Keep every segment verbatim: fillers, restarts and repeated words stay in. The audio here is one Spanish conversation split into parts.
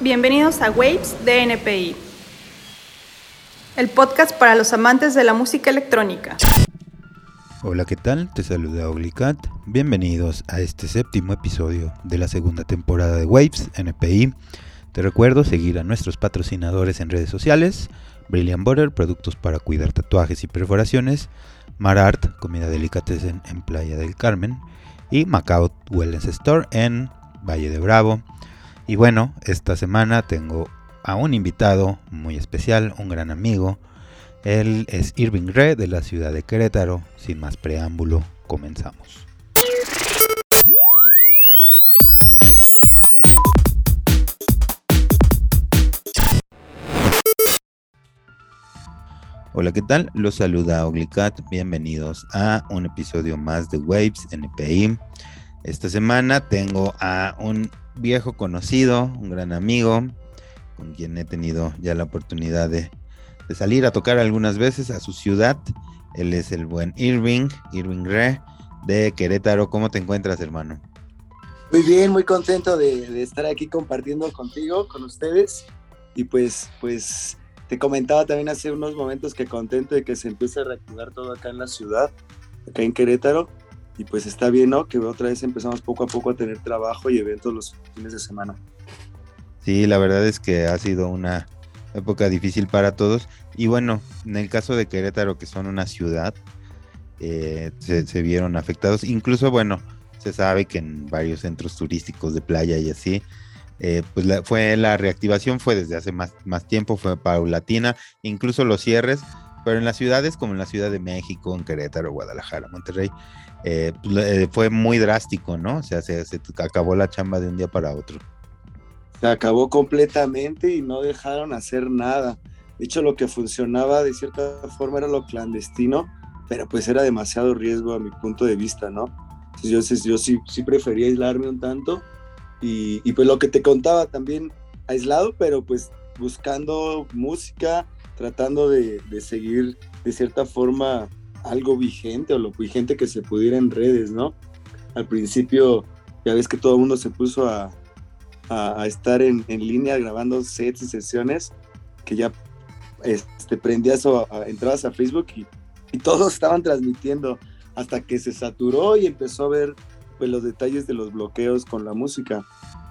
Bienvenidos a Waves de N P I, el podcast para los amantes de la música electrónica. Hola, ¿qué tal? Te saluda Oglicat. Bienvenidos a este séptimo episodio de la segunda temporada de Waves N P I. Te recuerdo seguir a nuestros patrocinadores en redes sociales: Brilliant Butter, productos para cuidar tatuajes y perforaciones; Marart, comida delicatessen en Playa del Carmen; y Macao Wellness Store en Valle de Bravo. Y bueno, esta semana tengo a un invitado muy especial, un gran amigo. Él es Irving Re, de la ciudad de Querétaro. Sin más preámbulo, comenzamos. Hola, ¿qué tal? Los saluda Oglicat. Bienvenidos a un episodio más de Waves N P I. Esta semana tengo a un viejo conocido, un gran amigo, con quien he tenido ya la oportunidad de, de salir a tocar algunas veces a su ciudad. Él es el buen Irving, Irving Re, de Querétaro. ¿Cómo te encuentras, hermano? Muy bien, muy contento de, de estar aquí compartiendo contigo, con ustedes. Y pues, pues te comentaba también hace unos momentos que contento de que se empiece a reactivar todo acá en la ciudad, acá en Querétaro. Y pues está bien, ¿no? Que otra vez empezamos poco a poco a tener trabajo y eventos los fines de semana. Sí, la verdad es que ha sido una época difícil para todos. Y bueno, en el caso de Querétaro, que son una ciudad, eh, se, se vieron afectados. Incluso, bueno, se sabe que en varios centros turísticos de playa y así, eh, pues la, fue la reactivación fue desde hace más, más tiempo, fue paulatina, incluso los cierres. Pero en las ciudades como en la Ciudad de México, en Querétaro, Guadalajara, Monterrey, eh, pues, eh, fue muy drástico, ¿no? O sea, se, se acabó la chamba de un día para otro. Se acabó completamente y no dejaron hacer nada. De hecho, lo que funcionaba de cierta forma era lo clandestino, pero pues era demasiado riesgo a mi punto de vista, ¿no? Entonces yo, yo sí, sí prefería aislarme un tanto y, y pues lo que te contaba también, aislado, pero pues buscando música, tratando de, de seguir de cierta forma algo vigente o lo vigente que se pudiera en redes, ¿no? Al principio ya ves que todo el mundo se puso a, a, a estar en, en línea grabando sets y sesiones, que ya este, prendías o a, entrabas a Facebook y, y todos estaban transmitiendo hasta que se saturó y empezó a ver pues, los detalles de los bloqueos con la música.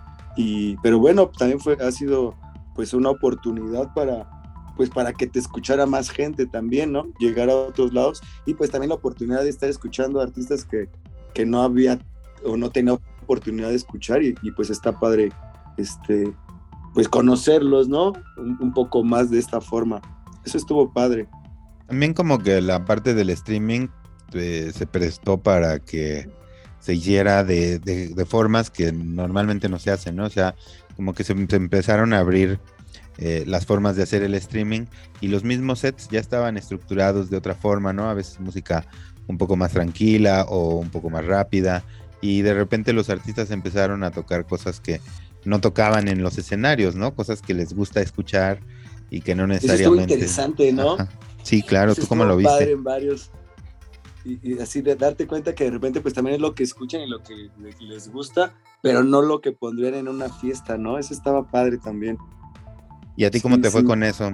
Y, pero bueno, también fue, ha sido pues una oportunidad para pues para que te escuchara más gente también, ¿no? Llegar a otros lados y pues también la oportunidad de estar escuchando a artistas que, que no había o no tenía oportunidad de escuchar y, y pues está padre este, pues conocerlos, ¿no? Un, un poco más de esta forma. Eso estuvo padre. También como que la parte del streaming eh, se prestó para que se hiciera de, de, de formas que normalmente no se hacen, ¿no? O sea, como que se, se empezaron a abrir Eh, las formas de hacer el streaming y los mismos sets ya estaban estructurados de otra forma, ¿no? A veces música un poco más tranquila o un poco más rápida y de repente los artistas empezaron a tocar cosas que no tocaban en los escenarios, ¿no? Cosas que les gusta escuchar y que no necesariamente... Eso estuvo interesante, ¿no? Ajá. Sí, claro. Eso ¿Tú cómo lo viste? Padre en varios y, y así de darte cuenta que de repente pues también es lo que escuchan y lo que les gusta, pero no lo que pondrían en una fiesta, ¿no? Eso estaba padre también. ¿Y a ti cómo sí, te fue sí. con eso?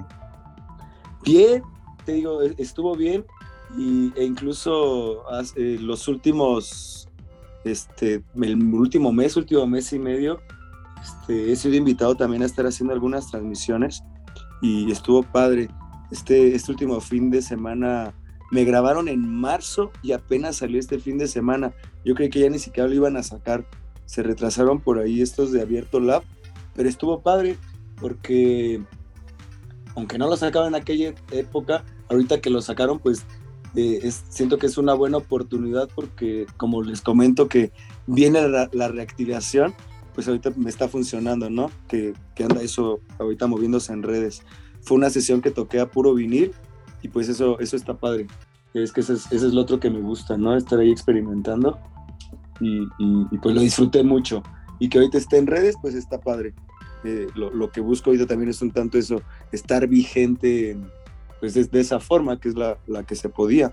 Bien, te digo, estuvo bien y, e incluso hace, eh, los últimos, este, el último mes, último mes y medio, este, he sido invitado también a estar haciendo algunas transmisiones y estuvo padre. Este, este último fin de semana me grabaron en marzo y apenas salió este fin de semana. Yo creí que ya ni siquiera lo iban a sacar. Se retrasaron por ahí estos de Abierto Lab, pero estuvo padre. Porque aunque no lo sacaban en aquella época, ahorita que lo sacaron, pues eh, es, siento que es una buena oportunidad porque, como les comento, que viene la, la reactivación, pues ahorita me está funcionando, ¿no? Que, que anda eso ahorita moviéndose en redes. Fue una sesión que toqué a puro vinil y pues eso, eso está padre. Es que eso es, eso es lo otro que me gusta, ¿no? Estar ahí experimentando y, y, y pues lo disfruté mucho. Y que ahorita esté en redes, pues está padre. Eh, lo, lo que busco ahorita también es un tanto eso, estar vigente en, pues de, de esa forma que es la, la que se podía.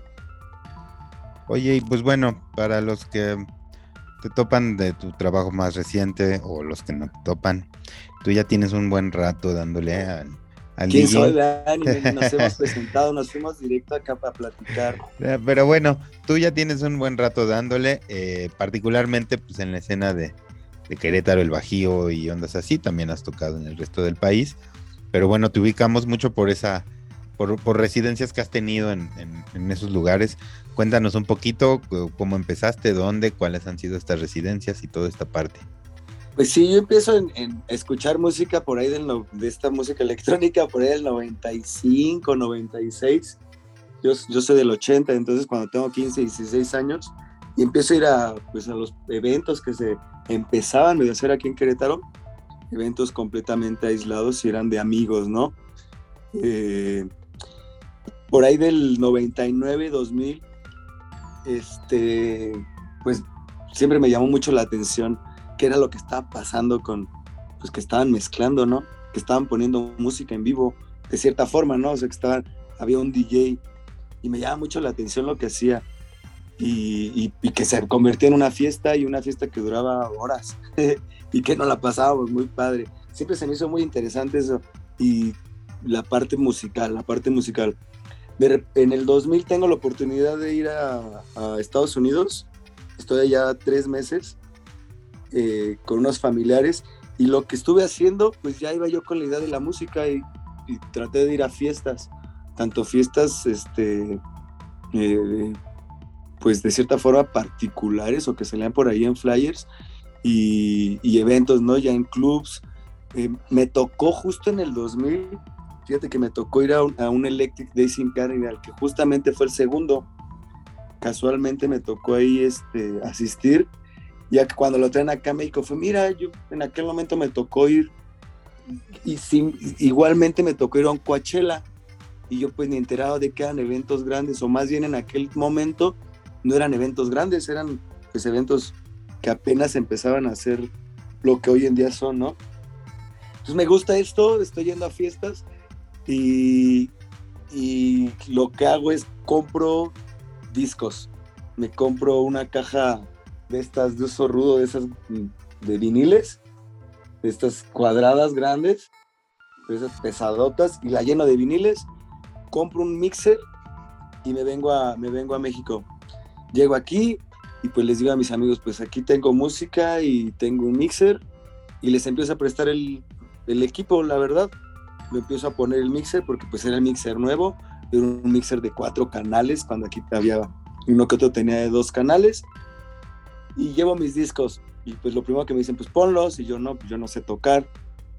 Oye, y pues bueno, para los que te topan de tu trabajo más reciente o los que no te topan, tú ya tienes un buen rato dándole al, al ¿Quién D J. soy? ¿Verdad? Ni nos hemos presentado, nos fuimos directo acá para platicar. Pero bueno, tú ya tienes un buen rato dándole, eh, particularmente pues en la escena de, de Querétaro, el Bajío y ondas así, también has tocado en el resto del país, pero bueno, te ubicamos mucho por esa, por, por residencias que has tenido en, en, en esos lugares. Cuéntanos un poquito cómo empezaste, dónde, cuáles han sido estas residencias y toda esta parte. Pues sí, yo empiezo en, en escuchar música por ahí del no, de esta música electrónica por ahí del noventa y cinco, noventa y seis. Yo, yo soy del ochenta, entonces cuando tengo quince, dieciséis años y empiezo a ir a, pues, a los eventos que se empezaban a hacer aquí en Querétaro, eventos completamente aislados y eran de amigos, ¿no? Eh, por ahí del noventa y nueve, dos mil, este, pues siempre me llamó mucho la atención qué era lo que estaba pasando con, pues que estaban mezclando, ¿no? Que estaban poniendo música en vivo, de cierta forma, ¿no? O sea, que estaban, había un D J y me llama mucho la atención lo que hacía y, y, y que se convertía en una fiesta y una fiesta que duraba horas y que nos la pasábamos muy padre. Siempre se me hizo muy interesante eso y la parte musical, la parte musical. De, en el dos mil tengo la oportunidad de ir a, a Estados Unidos, estoy allá tres meses. Eh, con unos familiares y lo que estuve haciendo, pues ya iba yo con la idea de la música y, y traté de ir a fiestas, tanto fiestas este, eh, pues de cierta forma particulares o que se lean por ahí en flyers y, y eventos, ¿no? Ya en clubs. Eh, me tocó justo en el dos mil, fíjate que me tocó ir a un, a un Electric Dancing Carnival, que justamente fue el segundo, casualmente me tocó ahí este, asistir. Ya que cuando lo traen acá a México fue, mira, yo en aquel momento me tocó ir, y sin, igualmente me tocó ir a un Coachella, y yo pues ni enterado de que eran eventos grandes, o más bien en aquel momento no eran eventos grandes, eran pues eventos que apenas empezaban a hacer lo que hoy en día son, ¿no? Entonces me gusta esto, estoy yendo a fiestas, y, y lo que hago es compro discos, me compro una caja de estas de uso rudo, de esas de viniles, de estas cuadradas grandes, de esas pesadotas, y la lleno de viniles, compro un mixer y me vengo a, me vengo a México. Llego aquí y pues les digo a mis amigos, pues aquí tengo música y tengo un mixer, y les empiezo a prestar el, el equipo, la verdad. Me empiezo a poner el mixer porque pues era el mixer nuevo, era un mixer de cuatro canales, cuando aquí había uno que otro tenía de dos canales. Y llevo mis discos y pues lo primero que me dicen, pues ponlos, y yo no, pues yo no sé tocar.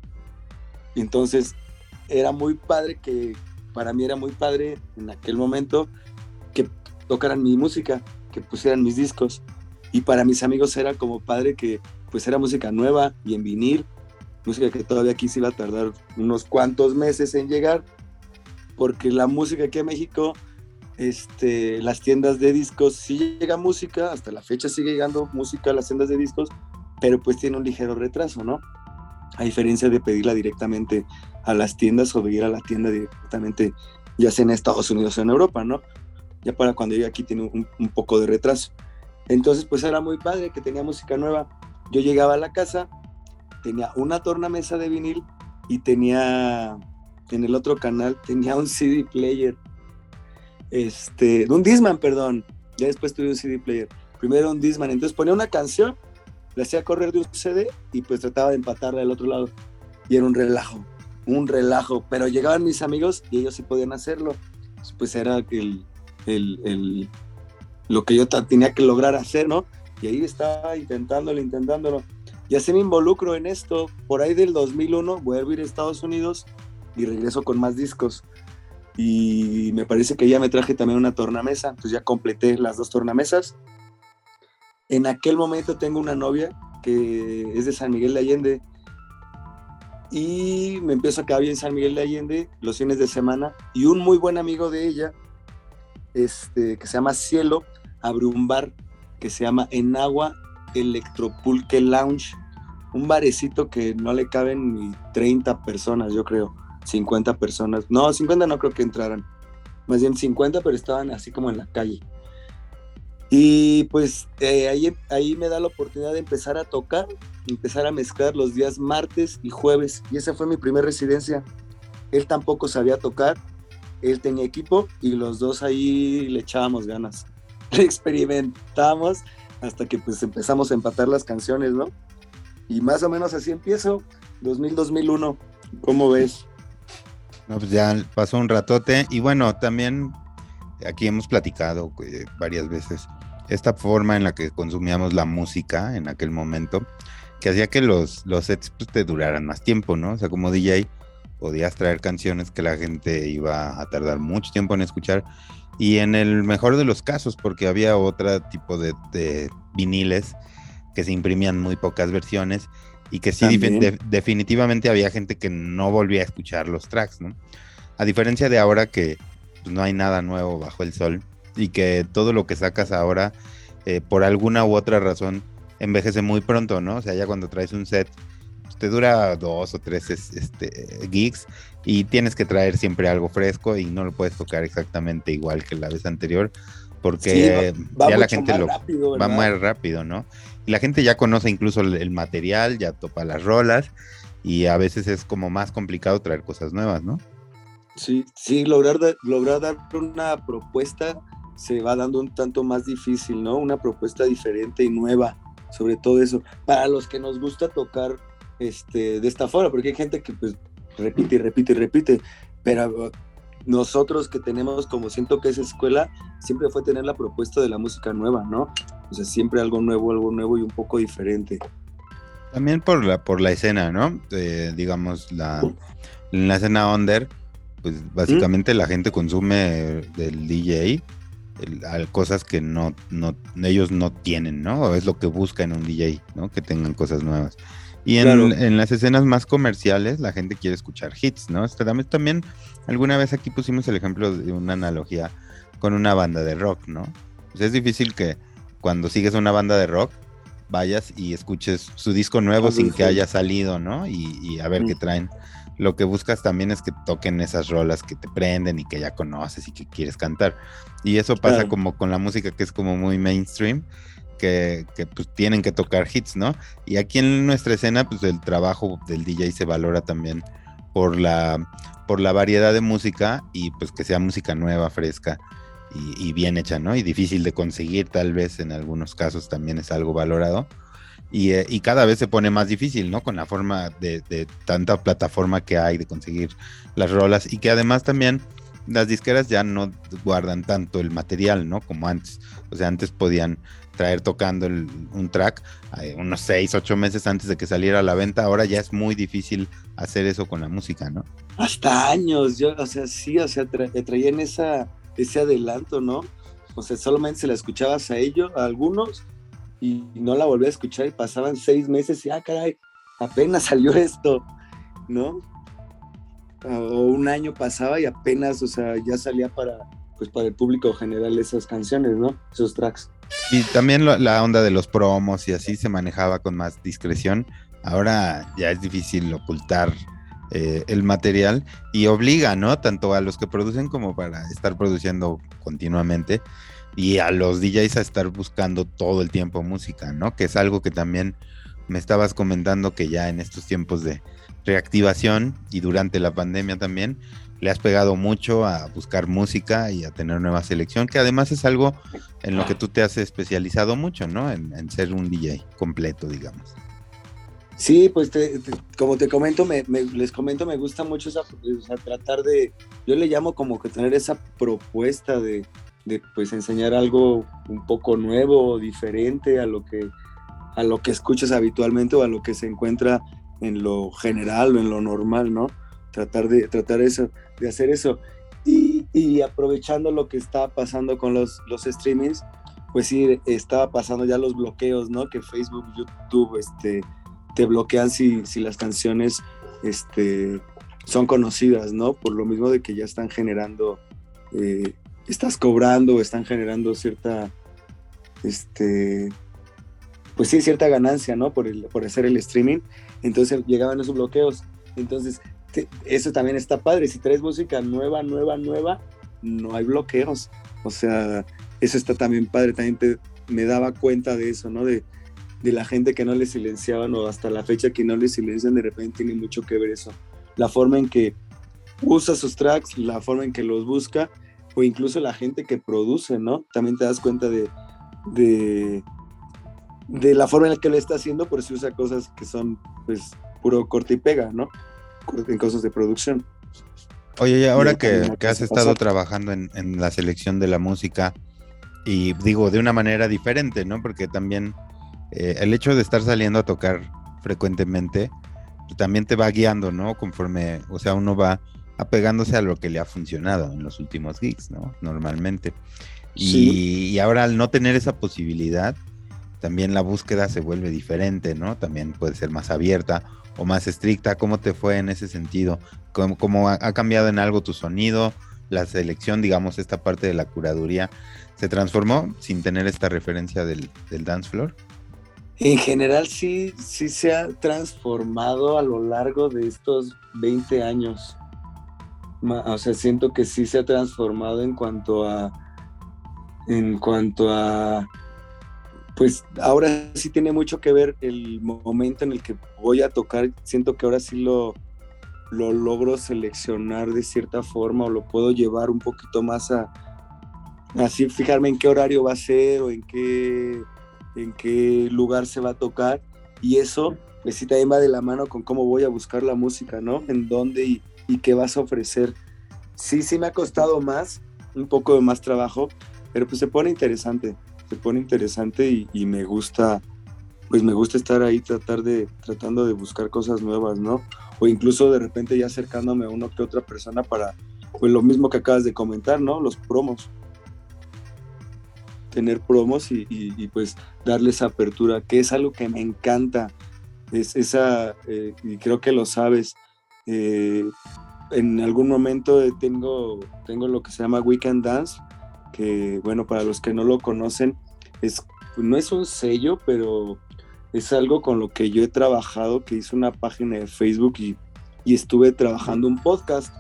Y entonces era muy padre, que para mí era muy padre en aquel momento que tocaran mi música, que pusieran mis discos, y para mis amigos era como padre que pues era música nueva y en vinil, música que todavía aquí se iba a tardar unos cuantos meses en llegar, porque la música aquí en México, Este, las tiendas de discos, sí llega música, hasta la fecha sigue llegando música a las tiendas de discos, pero pues tiene un ligero retraso, ¿no? A diferencia de pedirla directamente a las tiendas o de ir a la tienda directamente, ya sea en Estados Unidos o en Europa, ¿no? Ya para cuando llegue aquí tiene un, un poco de retraso. Entonces pues era muy padre que tenía música nueva. Yo llegaba a la casa, tenía una tornamesa de vinil y tenía, en el otro canal, tenía un C D player. Este, un Discman, perdón, ya después tuve un C D player, primero un Discman, entonces ponía una canción, la hacía correr de un C D y pues trataba de empatarla del otro lado, y era un relajo, un relajo, pero llegaban mis amigos y ellos sí podían hacerlo, pues era el, el, el, lo que yo t- tenía que lograr hacer, ¿no? Y ahí estaba intentándolo, intentándolo, y así me involucro en esto. Por ahí del dos mil uno vuelvo a ir a Estados Unidos y regreso con más discos. Y me parece que ya me traje también una tornamesa, entonces ya completé las dos tornamesas. En aquel momento tengo una novia que es de San Miguel de Allende y me empiezo a quedar bien en San Miguel de Allende los fines de semana, y un muy buen amigo de ella, este, que se llama Cielo, abrió un bar que se llama Enagua Electropulque Lounge, un barecito que no le caben ni treinta personas, yo creo, cincuenta personas, no, cincuenta no creo que entraran, más bien cincuenta, pero estaban así como en la calle. Y pues eh, ahí, ahí me da la oportunidad de empezar a tocar, empezar a mezclar los días martes y jueves. Y esa fue mi primera residencia. Él tampoco sabía tocar, él tenía equipo y los dos ahí le echábamos ganas. Le experimentamos hasta que pues empezamos a empatar las canciones, ¿no? Y más o menos así empiezo, dos mil, dos mil uno. ¿Cómo ves? No, pues ya pasó un ratote y bueno, también aquí hemos platicado eh, varias veces esta forma en la que consumíamos la música en aquel momento, que hacía que los, los sets pues, te duraran más tiempo, ¿no? O sea, como D J podías traer canciones que la gente iba a tardar mucho tiempo en escuchar, y en el mejor de los casos, porque había otro tipo de, de viniles que se imprimían muy pocas versiones, y que sí, dif- de- definitivamente había gente que no volvía a escuchar los tracks, ¿no? A diferencia de ahora que pues, no hay nada nuevo bajo el sol, y que todo lo que sacas ahora, eh, por alguna u otra razón, envejece muy pronto, ¿no? O sea, ya cuando traes un set, pues, te dura dos o tres este, gigs, y tienes que traer siempre algo fresco, y no lo puedes tocar exactamente igual que la vez anterior, porque sí, va, va ya la mucho gente más lo rápido, va ¿verdad? más rápido, ¿no? Y la gente ya conoce incluso el, el material, ya topa las rolas, y a veces es como más complicado traer cosas nuevas, ¿no? Sí, sí, lograr, da- lograr dar una propuesta se va dando un tanto más difícil, ¿no? Una propuesta diferente y nueva, sobre todo eso, para los que nos gusta tocar este, de esta forma, porque hay gente que pues repite y repite y repite, pero nosotros que tenemos, como siento que es escuela, siempre fue tener la propuesta de la música nueva, ¿no? O sea, siempre algo nuevo, algo nuevo y un poco diferente. También por la, por la escena, ¿no? Eh, digamos, la, en la escena under, pues básicamente ¿Mm? La gente consume del D J el, al, cosas que no, no, ellos no tienen, ¿no? O es lo que busca en un D J, ¿no? Que tengan cosas nuevas. Y en, claro. en las escenas más comerciales, la gente quiere escuchar hits, ¿no? También, también, alguna vez aquí pusimos el ejemplo de una analogía con una banda de rock, ¿no? Pues es difícil que cuando sigues una banda de rock, vayas y escuches su disco nuevo ah, sin que haya salido, ¿no? Y, y a ver mm. qué traen. Lo que buscas también es que toquen esas rolas que te prenden y que ya conoces y que quieres cantar. Y eso pasa claro. como con la música que es como muy mainstream, que, que pues tienen que tocar hits, ¿no? Y aquí en nuestra escena, pues el trabajo del D J se valora también por la, por la variedad de música, y pues que sea música nueva, fresca y, y bien hecha, ¿no? Y difícil de conseguir, tal vez en algunos casos también es algo valorado. Y, eh, y cada vez se pone más difícil, ¿no? Con la forma de, de tanta plataforma que hay de conseguir las rolas, y que además también las disqueras ya no guardan tanto el material, ¿no? Como antes. O sea, antes podían traer tocando el, un track eh, unos seis, ocho meses antes de que saliera a la venta. Ahora ya es muy difícil hacer eso con la música, ¿no? Hasta años, yo, o sea, sí, o sea, tra traían esa, ese adelanto, ¿no? O sea, solamente se la escuchabas a ellos, a algunos, y no la volví a escuchar, y pasaban seis meses y, ah, caray, apenas salió esto, ¿no? O un año pasaba y apenas, o sea, ya salía para, pues, para el público general esas canciones, ¿no? Esos tracks. Y también lo, la onda de los promos y así se manejaba con más discreción. Ahora ya es difícil ocultar eh, el material, y obliga, ¿no? Tanto a los que producen como para estar produciendo continuamente, y a los D Js a estar buscando todo el tiempo música, ¿no? Que es algo que también me estabas comentando, que ya en estos tiempos de reactivación y durante la pandemia también le has pegado mucho a buscar música y a tener nueva selección, que además es algo en lo que tú te has especializado mucho, ¿no? En, en ser un D J completo, digamos. Sí, pues te, te, como te comento, me, me, les comento, me gusta mucho esa, o sea, tratar de, yo le llamo como que tener esa propuesta de, de pues enseñar algo un poco nuevo, diferente a lo que, a lo que escuchas habitualmente o a lo que se encuentra en lo general o en lo normal, ¿no? Tratar de, tratar eso, de hacer eso. Y, y aprovechando lo que está pasando con los, los streamings, pues sí, estaba pasando ya los bloqueos, ¿no? Que Facebook, YouTube, este, te bloquean si, si las canciones este, son conocidas, ¿no? Por lo mismo de que ya están generando, eh, estás cobrando, están generando cierta, este, pues sí, cierta ganancia, ¿no? Por, el, por hacer el streaming. Entonces llegaban esos bloqueos. Entonces, te, eso también está padre. Si traes música nueva, nueva, nueva, no hay bloqueos. O sea, eso está también padre, también te, me daba cuenta de eso, ¿no? De, de la gente que no le silenciaban o hasta la fecha que no le silencian, de repente tiene mucho que ver eso. La forma en que usa sus tracks, la forma en que los busca, o incluso la gente que produce, ¿no? También te das cuenta de, de, de la forma en la que lo está haciendo, por si usa cosas que son, pues, puro corte y pega, ¿no? En cosas de producción. Oye, y ahora que, que has estado trabajando en, en la selección de la música, y digo, de una manera diferente, ¿no? Porque también eh, el hecho de estar saliendo a tocar frecuentemente, también te va guiando, ¿no? Conforme, o sea, uno va apegándose a lo que le ha funcionado en los últimos gigs, ¿no? Normalmente. Y, sí. Y ahora al no tener esa posibilidad, también la búsqueda se vuelve diferente, ¿no? También puede ser más abierta o más estricta. ¿Cómo te fue en ese sentido? ¿Cómo, cómo ha, ha cambiado en algo tu sonido? La selección, digamos, esta parte de la curaduría, ¿se transformó sin tener esta referencia del, del dance floor? En general sí, sí se ha transformado a lo largo de estos veinte años. O sea, siento que sí se ha transformado en cuanto a, en cuanto a, pues ahora sí tiene mucho que ver el momento en el que voy a tocar. Siento que ahora sí lo, lo logro seleccionar de cierta forma o lo puedo llevar un poquito más a, así fijarme en qué horario va a ser o en qué, en qué lugar se va a tocar. Y eso, pues sí también va de la mano con cómo voy a buscar la música, ¿no? En dónde y y qué vas a ofrecer. Sí, sí me ha costado más, un poco de más trabajo, pero pues se pone interesante, se pone interesante y, y me gusta, pues me gusta estar ahí tratar de, tratando de buscar cosas nuevas, ¿no? O incluso de repente ya acercándome a uno que otra persona para, pues lo mismo que acabas de comentar, ¿no? Los promos. Tener promos y, y, y pues darle esa apertura, que es algo que me encanta, es esa, eh, y creo que lo sabes. Eh, en algún momento tengo, tengo lo que se llama Weekend Dance, que bueno, para los que no lo conocen, es, no es un sello, pero es algo con lo que yo he trabajado, que hice una página de Facebook y, y estuve trabajando un podcast.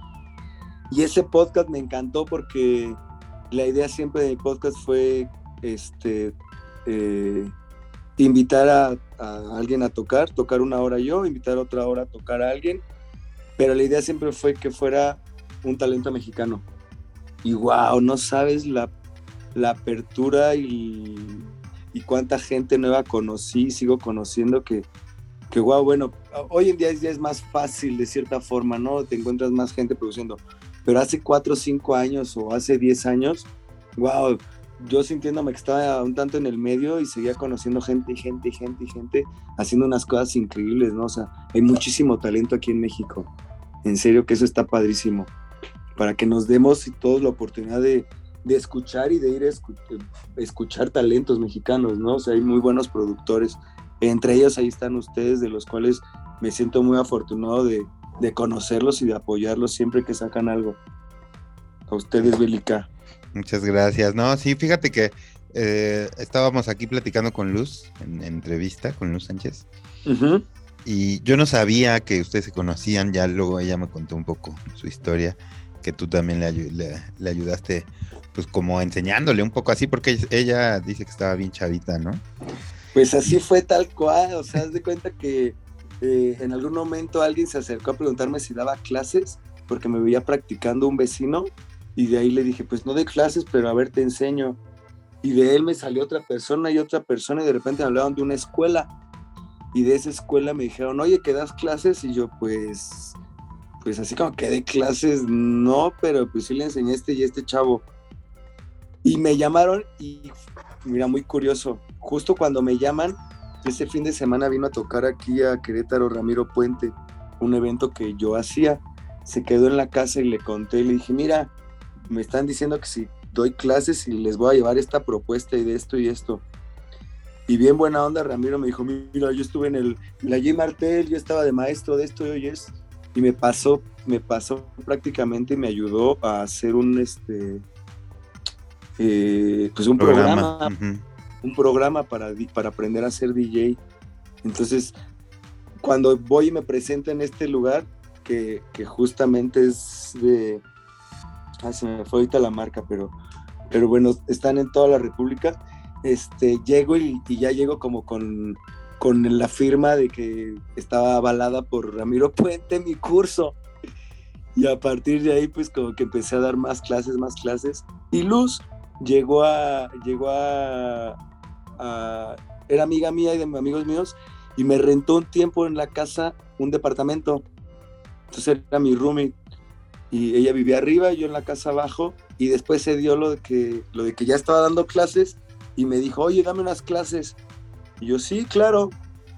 Y ese podcast me encantó porque la idea siempre de mi podcast fue este, eh, invitar a, a alguien a tocar, tocar una hora yo, invitar otra hora a tocar a alguien, pero la idea siempre fue que fuera un talento mexicano. Y wow, no sabes la, la apertura y, y cuánta gente nueva conocí, sigo conociendo que, que wow, bueno, hoy en día ya es más fácil de cierta forma, ¿no? Te encuentras más gente produciendo, pero hace cuatro o cinco años o hace diez años, wow, yo sintiéndome que estaba un tanto en el medio y seguía conociendo gente y gente y gente y gente haciendo unas cosas increíbles, ¿no? O sea, hay muchísimo talento aquí en México. En serio que eso está padrísimo. Para que nos demos todos la oportunidad de, de escuchar y de ir a escu- escuchar talentos mexicanos, ¿no? O sea, hay muy buenos productores. Entre ellos ahí están ustedes, de los cuales me siento muy afortunado de, de conocerlos y de apoyarlos siempre que sacan algo. A ustedes, Bélica. Muchas gracias. No, sí, fíjate que eh, estábamos aquí platicando con Luz, en, en entrevista con Luz Sánchez, uh-huh. Y yo no sabía que ustedes se conocían, ya luego ella me contó un poco su historia, que tú también le, le, le ayudaste, pues como enseñándole un poco así, porque ella dice que estaba bien chavita, ¿no? Pues así fue tal cual, o sea, haz de cuenta que eh, en algún momento alguien se acercó a preguntarme si daba clases, porque me veía practicando un vecino, y de ahí le dije, pues no doy clases, pero a ver, te enseño. Y de él me salió otra persona y otra persona, y de repente me hablaron de una escuela. Y de esa escuela me dijeron, oye, ¿que das clases? Y yo, pues, pues así como que de clases, no, pero pues sí le enseñé a este y a este chavo. Y me llamaron y, mira, muy curioso, justo cuando me llaman, ese fin de semana vino a tocar aquí a Querétaro Ramiro Puente, un evento que yo hacía. Se quedó en la casa y le conté, y le dije, mira, me están diciendo que si doy clases y les voy a llevar esta propuesta y de esto y esto. Y bien buena onda, Ramiro me dijo, mira, yo estuve en, el, en la J. Martel, yo estaba de maestro de esto y oyes, y me pasó, me pasó prácticamente y me ayudó a hacer un, este, eh, pues un programa, programa uh-huh. un programa para, para aprender a ser D J. Entonces, cuando voy y me presento en este lugar, que, que justamente es de, ah, se me fue ahorita la marca, pero pero bueno, están en toda la República. Este, llego y, y ya llego como con, con la firma de que estaba avalada por Ramiro Puente mi curso. Y a partir de ahí, pues como que empecé a dar más clases, más clases. Y Luz llegó a, llegó a, a, era amiga mía y de amigos míos, y me rentó un tiempo en la casa un departamento. Entonces era mi roomie. Y ella vivía arriba, yo en la casa abajo. Y después se dio lo de que, lo de que ya estaba dando clases. Y me dijo, oye, dame unas clases. Y yo, sí, claro.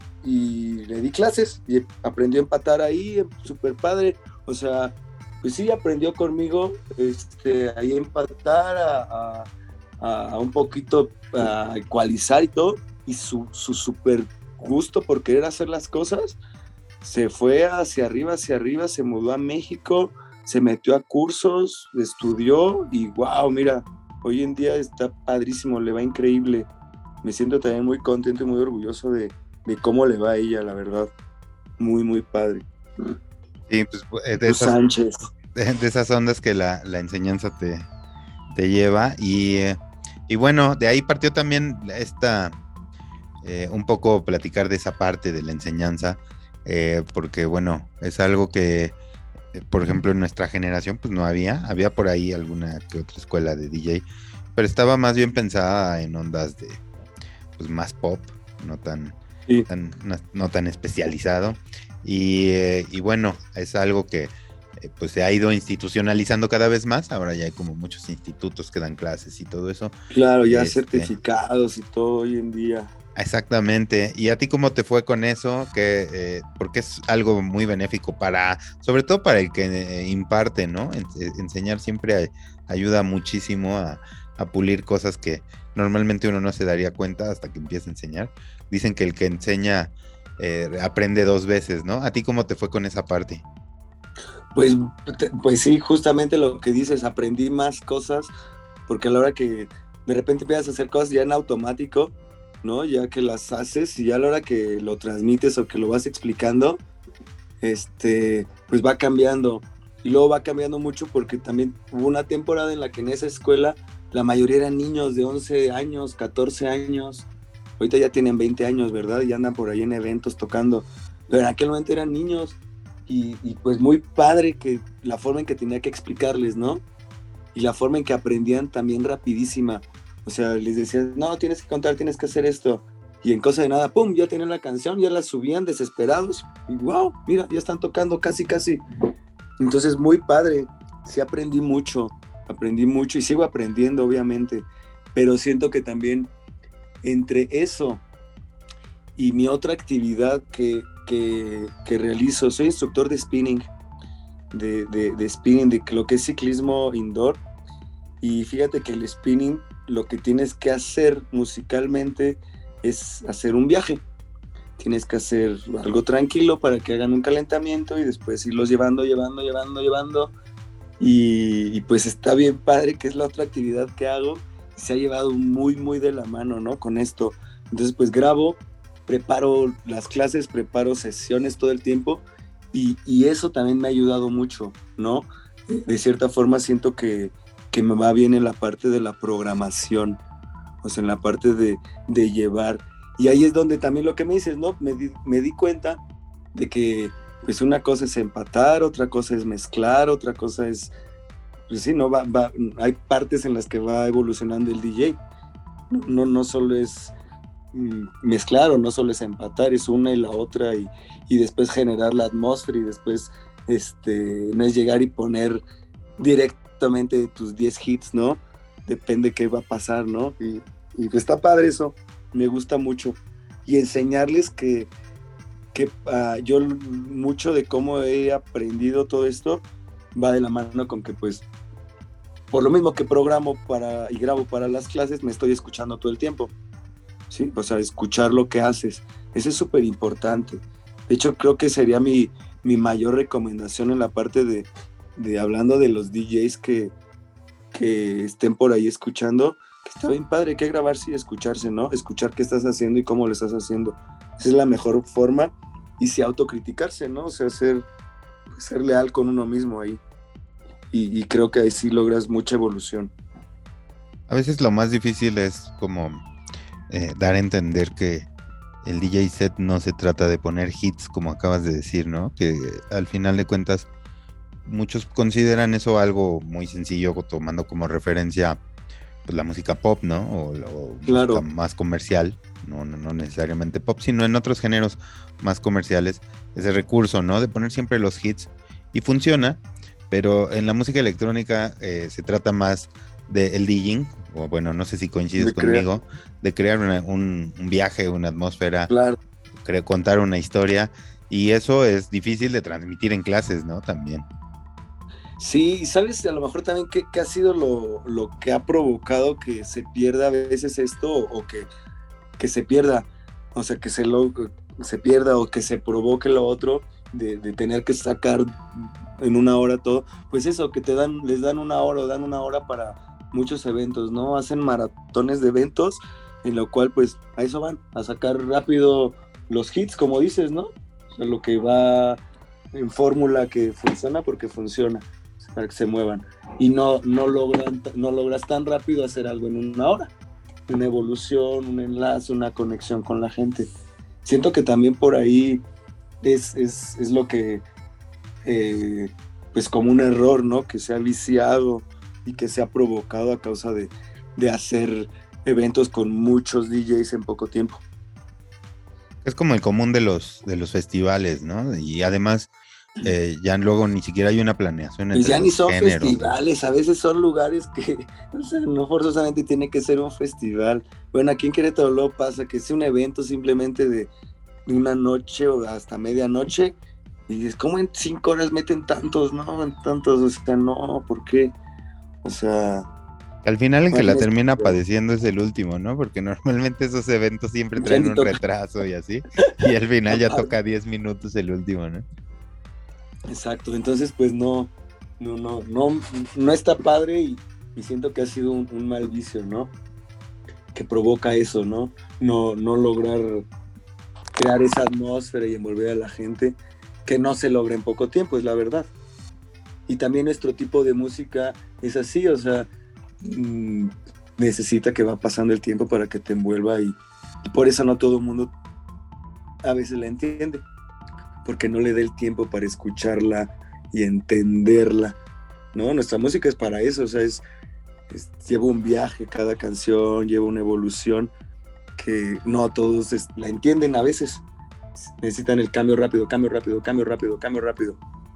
Y le di clases. Y aprendió a empatar ahí, súper padre. O sea, pues sí, aprendió conmigo este, ahí a empatar, a, a, a un poquito a ecualizar y todo, y su, su super gusto por querer hacer las cosas, se fue hacia arriba, hacia arriba, se mudó a México, se metió a cursos, estudió, y wow, mira, hoy en día está padrísimo, le va increíble. Me siento también muy contento y muy orgulloso de, de cómo le va a ella, la verdad, muy, muy padre. Sí, pues de esas, Sánchez. De, de esas ondas que la, la enseñanza te, te lleva. Y, y bueno, de ahí partió también esta, eh, un poco platicar de esa parte de la enseñanza, eh, porque bueno, es algo que, eh, por ejemplo, en nuestra generación pues no había, había por ahí alguna que otra escuela de D J, pero estaba más bien pensada en ondas de, pues más pop, no tan, sí. tan no, no tan especializado. Y, eh, y bueno, es algo que eh, pues se ha ido institucionalizando cada vez más. Ahora ya hay como muchos institutos que dan clases y todo eso. Claro, ya este, certificados y todo hoy en día. Exactamente. ¿Y a ti cómo te fue con eso? Que, eh, porque es algo muy benéfico para, sobre todo para el que eh, imparte, ¿no? En, eh, enseñar siempre ayuda muchísimo a, a pulir cosas que normalmente uno no se daría cuenta hasta que empieza a enseñar. Dicen que el que enseña Eh, aprende dos veces, ¿no? ¿A ti cómo te fue con esa parte? Pues, pues sí, justamente lo que dices, aprendí más cosas, porque a la hora que de repente empiezas a hacer cosas ya en automático, ¿no? Ya que las haces y ya a la hora que lo transmites o que lo vas explicando, este, pues va cambiando. Y luego va cambiando mucho porque también hubo una temporada en la que en esa escuela la mayoría eran niños de once años, catorce años. Ahorita ya tienen veinte años, ¿verdad? Y andan por ahí en eventos tocando. Pero en aquel momento eran niños. Y, y pues muy padre que la forma en que tenía que explicarles, ¿no? Y la forma en que aprendían también rapidísima. O sea, les decías, no, tienes que contar, tienes que hacer esto. Y en cosa de nada, pum, ya tenían la canción, ya la subían desesperados. Y wow, mira, ya están tocando casi, casi. Entonces, muy padre. Sí aprendí mucho, aprendí mucho y sigo aprendiendo, obviamente. Pero siento que también entre eso y mi otra actividad que, que, que realizo, soy instructor de spinning, de, de, de spinning, de lo que es ciclismo indoor, y fíjate que el spinning lo que tienes que hacer musicalmente es hacer un viaje, tienes que hacer algo tranquilo para que hagan un calentamiento y después irlos llevando, llevando, llevando, llevando, y, y pues está bien padre, que es la otra actividad que hago. Se ha llevado muy, muy de la mano, ¿no? Con esto. Entonces, pues grabo, preparo las clases, preparo sesiones todo el tiempo y, y eso también me ha ayudado mucho, ¿no? De cierta forma siento que, que me va bien en la parte de la programación, o sea, en la parte de, de llevar. Y ahí es donde también lo que me dices, ¿no? Me di, me di cuenta de que, pues una cosa es empatar, otra cosa es mezclar, otra cosa es... Pues sí, no va, va, hay partes en las que va evolucionando el D J. No, no solo es mezclar o no solo es empatar, es una y la otra y, y después generar la atmósfera y después este, no es llegar y poner directamente tus diez hits, ¿no? Depende qué va a pasar, ¿no? Y, y pues está padre eso, me gusta mucho. Y enseñarles que, que uh, yo mucho de cómo he aprendido todo esto va de la mano con que pues por lo mismo que programo para y grabo para las clases, me estoy escuchando todo el tiempo, ¿sí? O sea, escuchar lo que haces, eso es súper importante. De hecho, creo que sería mi, mi mayor recomendación en la parte de, de hablando de los D Js que, que estén por ahí escuchando, que está bien padre, que grabarse y escucharse, ¿no? Escuchar qué estás haciendo y cómo lo estás haciendo. Esa es la mejor forma y sí autocriticarse, ¿no? O sea, ser, ser leal con uno mismo ahí. Y, y creo que ahí sí logras mucha evolución. A veces lo más difícil es como eh, dar a entender que el D J set no se trata de poner hits, como acabas de decir, ¿no? Que al final de cuentas muchos consideran eso algo muy sencillo, tomando como referencia pues, la música pop, ¿no? O, o Claro. música más comercial, no, no, no necesariamente pop, sino en otros géneros más comerciales, ese recurso, ¿no? De poner siempre los hits y funciona, pero en la música electrónica eh, se trata más del DJing, o bueno, no sé si coincides De crear, conmigo, de crear una, un, un viaje, una atmósfera, claro. cre- contar una historia, y eso es difícil de transmitir en clases, ¿no? También. Sí, y sabes a lo mejor también qué, qué ha sido lo, lo que ha provocado que se pierda a veces esto o que, que se pierda, o sea, que se, lo, se pierda o que se provoque lo otro de, de tener que sacar en una hora todo, pues eso, que te dan, les dan una hora o dan una hora para muchos eventos, ¿no? Hacen maratones de eventos en lo cual pues a eso van, a sacar rápido los hits, como dices, ¿no? O sea, lo que va en fórmula que funciona porque funciona, para que se muevan. Y no, no, logran, no logras tan rápido hacer algo en una hora. Una evolución, un enlace, una conexión con la gente. Siento que también por ahí es, es, es lo que, eh, pues como un error, ¿no? Que se ha viciado y que se ha provocado a causa de, de hacer eventos con muchos D Js en poco tiempo. Es como el común de los, de los festivales, ¿no? Y además, eh, ya luego ni siquiera hay una planeación Pues entre ya ni los son géneros. festivales, a veces son lugares que, o sea, no forzosamente tiene que ser un festival. Bueno, aquí en Querétaro luego pasa que es un evento simplemente de una noche o hasta medianoche y dices, ¿cómo en cinco horas meten tantos? No, en tantos, o sea, no, ¿por qué? O sea... Al final el que la bueno, termina padeciendo es el último, ¿no? Porque normalmente esos eventos siempre traen un toca. retraso y así, y al final ya toca diez minutos el último, ¿no? Exacto, entonces pues no, no, no, no, no está padre y, y siento que ha sido un, un mal vicio, ¿no? Que provoca eso, ¿no? No, no lograr crear esa atmósfera y envolver a la gente, que no se logra en poco tiempo, es la verdad. Y también nuestro tipo de música es así, o sea, mmm, necesita que va pasando el tiempo para que te envuelva y, y por eso no todo el mundo a veces la entiende, porque no le da el tiempo para escucharla y entenderla, ¿no? Nuestra música es para eso, o sea, es, es, lleva un viaje cada canción, lleva una evolución que no todos es, la entienden a veces. Necesitan el cambio rápido, cambio rápido, cambio rápido, cambio rápido.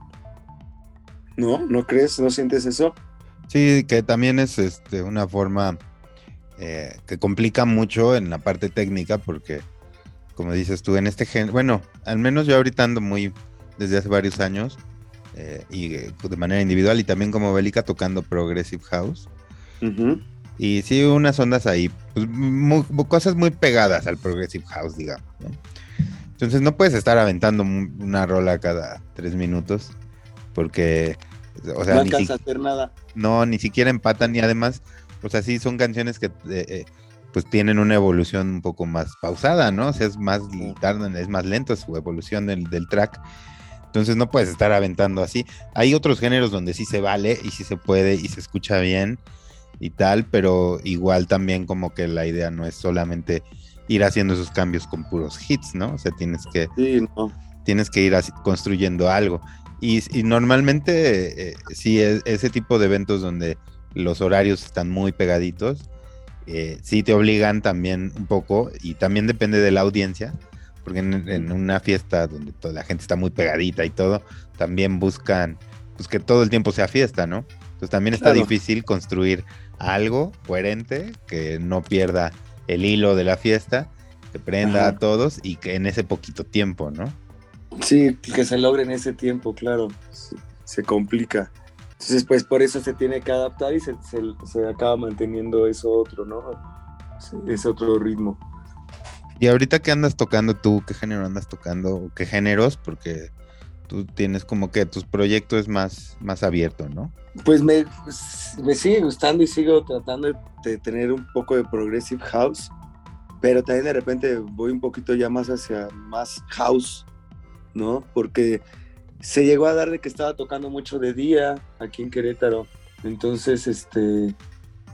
¿No? ¿No crees? ¿No sientes eso? Sí, que también es este, una forma eh, que complica mucho en la parte técnica porque, como dices tú, en este género, bueno, al menos yo ahorita ando muy, desde hace varios años, eh, y eh, de manera individual y también como Bélica tocando Progressive House. Uh-huh. Y sí, unas ondas ahí, pues, muy, cosas muy pegadas al Progressive House, digamos, ¿no? Entonces no puedes estar aventando una rola cada tres minutos porque, o sea, no ni alcanza si, a hacer nada. No, ni siquiera empatan y además, o sea, sí son canciones que eh, eh, pues tienen una evolución un poco más pausada, ¿no? O sea, es más tardan, es más lento su evolución del, del track. Entonces no puedes estar aventando así. Hay otros géneros donde sí se vale y sí se puede y se escucha bien y tal, pero igual también como que la idea no es solamente ir haciendo esos cambios con puros hits, ¿no? O sea, tienes que, sí, no. tienes que ir así, construyendo algo. Y, y normalmente eh, sí, es, ese tipo de eventos donde los horarios están muy pegaditos, eh, sí te obligan también un poco, y también depende de la audiencia, porque en, en una fiesta donde toda la gente está muy pegadita y todo, también buscan pues que todo el tiempo sea fiesta, ¿no? Entonces también está Claro. difícil construir algo coherente que no pierda el hilo de la fiesta, que prenda Ajá. a todos y que en ese poquito tiempo, ¿no? Sí, que se logre en ese tiempo, claro, se, se complica. Entonces, pues por eso se tiene que adaptar y se, se, se acaba manteniendo eso otro, ¿no? Ese otro ritmo. Y ahorita, ¿qué andas tocando tú? ¿Qué género andas tocando? ¿Qué géneros? Porque tú tienes como que tus proyectos es más, más abierto, ¿no? Pues me, me sigue gustando y sigo tratando de, de tener un poco de Progressive House, pero también de repente voy un poquito ya más hacia más house, ¿no? Porque se llegó a dar de que estaba tocando mucho de día aquí en Querétaro, entonces este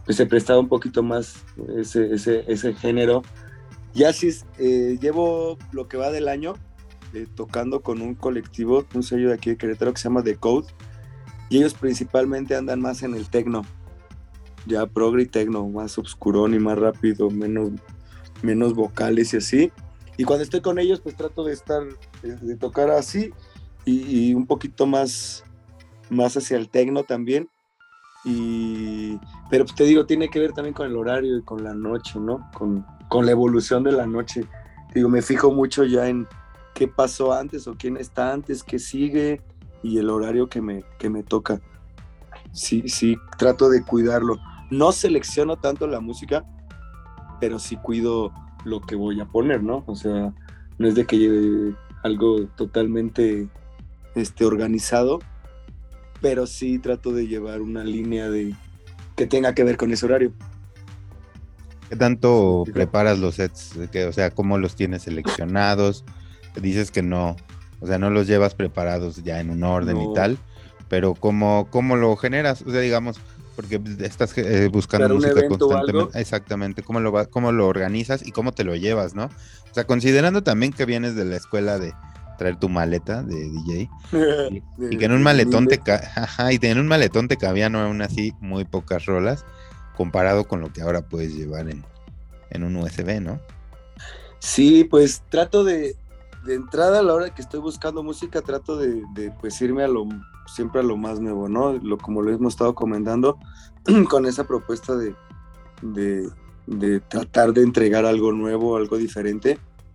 pues se prestaba un poquito más ese, ese, ese género. Y así eh, llevo lo que va del año eh, tocando con un colectivo, un sello de aquí de Querétaro que se llama The Code, y ellos principalmente andan más en el techno, ya progre y techno, más obscurón y más rápido, menos, menos vocales y así. Y cuando estoy con ellos, pues trato de estar, de, de tocar así y, y un poquito más, más hacia el techno también. Y, pero pues te digo, tiene que ver también con el horario y con la noche, ¿no? Con, con la evolución de la noche. Digo, me fijo mucho ya en qué pasó antes o quién está antes, qué sigue y el horario que me, que me toca. Sí, sí, trato de cuidarlo. No selecciono tanto la música, pero sí cuido lo que voy a poner, ¿no? O sea, no es de que lleve algo totalmente este, organizado, pero sí trato de llevar una línea de que tenga que ver con ese horario. ¿Qué tanto sí, preparas los sets? Que, o sea, ¿cómo los tienes seleccionados? Dices que no, o sea, no los llevas preparados ya en un orden no. y tal, pero ¿cómo, cómo lo generas? O sea, digamos, porque estás eh, buscando ¿Para música un constantemente. Exactamente, ¿cómo lo, va, cómo lo organizas y cómo te lo llevas, ¿no? O sea, considerando también que vienes de la escuela de traer tu maleta de D J y, y que en un maletón te ca- ajá, y en un maletón te cabían aún así muy pocas rolas comparado con lo que ahora puedes llevar en, en un U S B, ¿no? Sí, pues trato de de entrada a la hora que estoy buscando música trato de, de pues irme a lo siempre a lo más nuevo, ¿no? Lo, como lo hemos estado comentando con esa propuesta de, de, de tratar de entregar algo nuevo, algo diferente.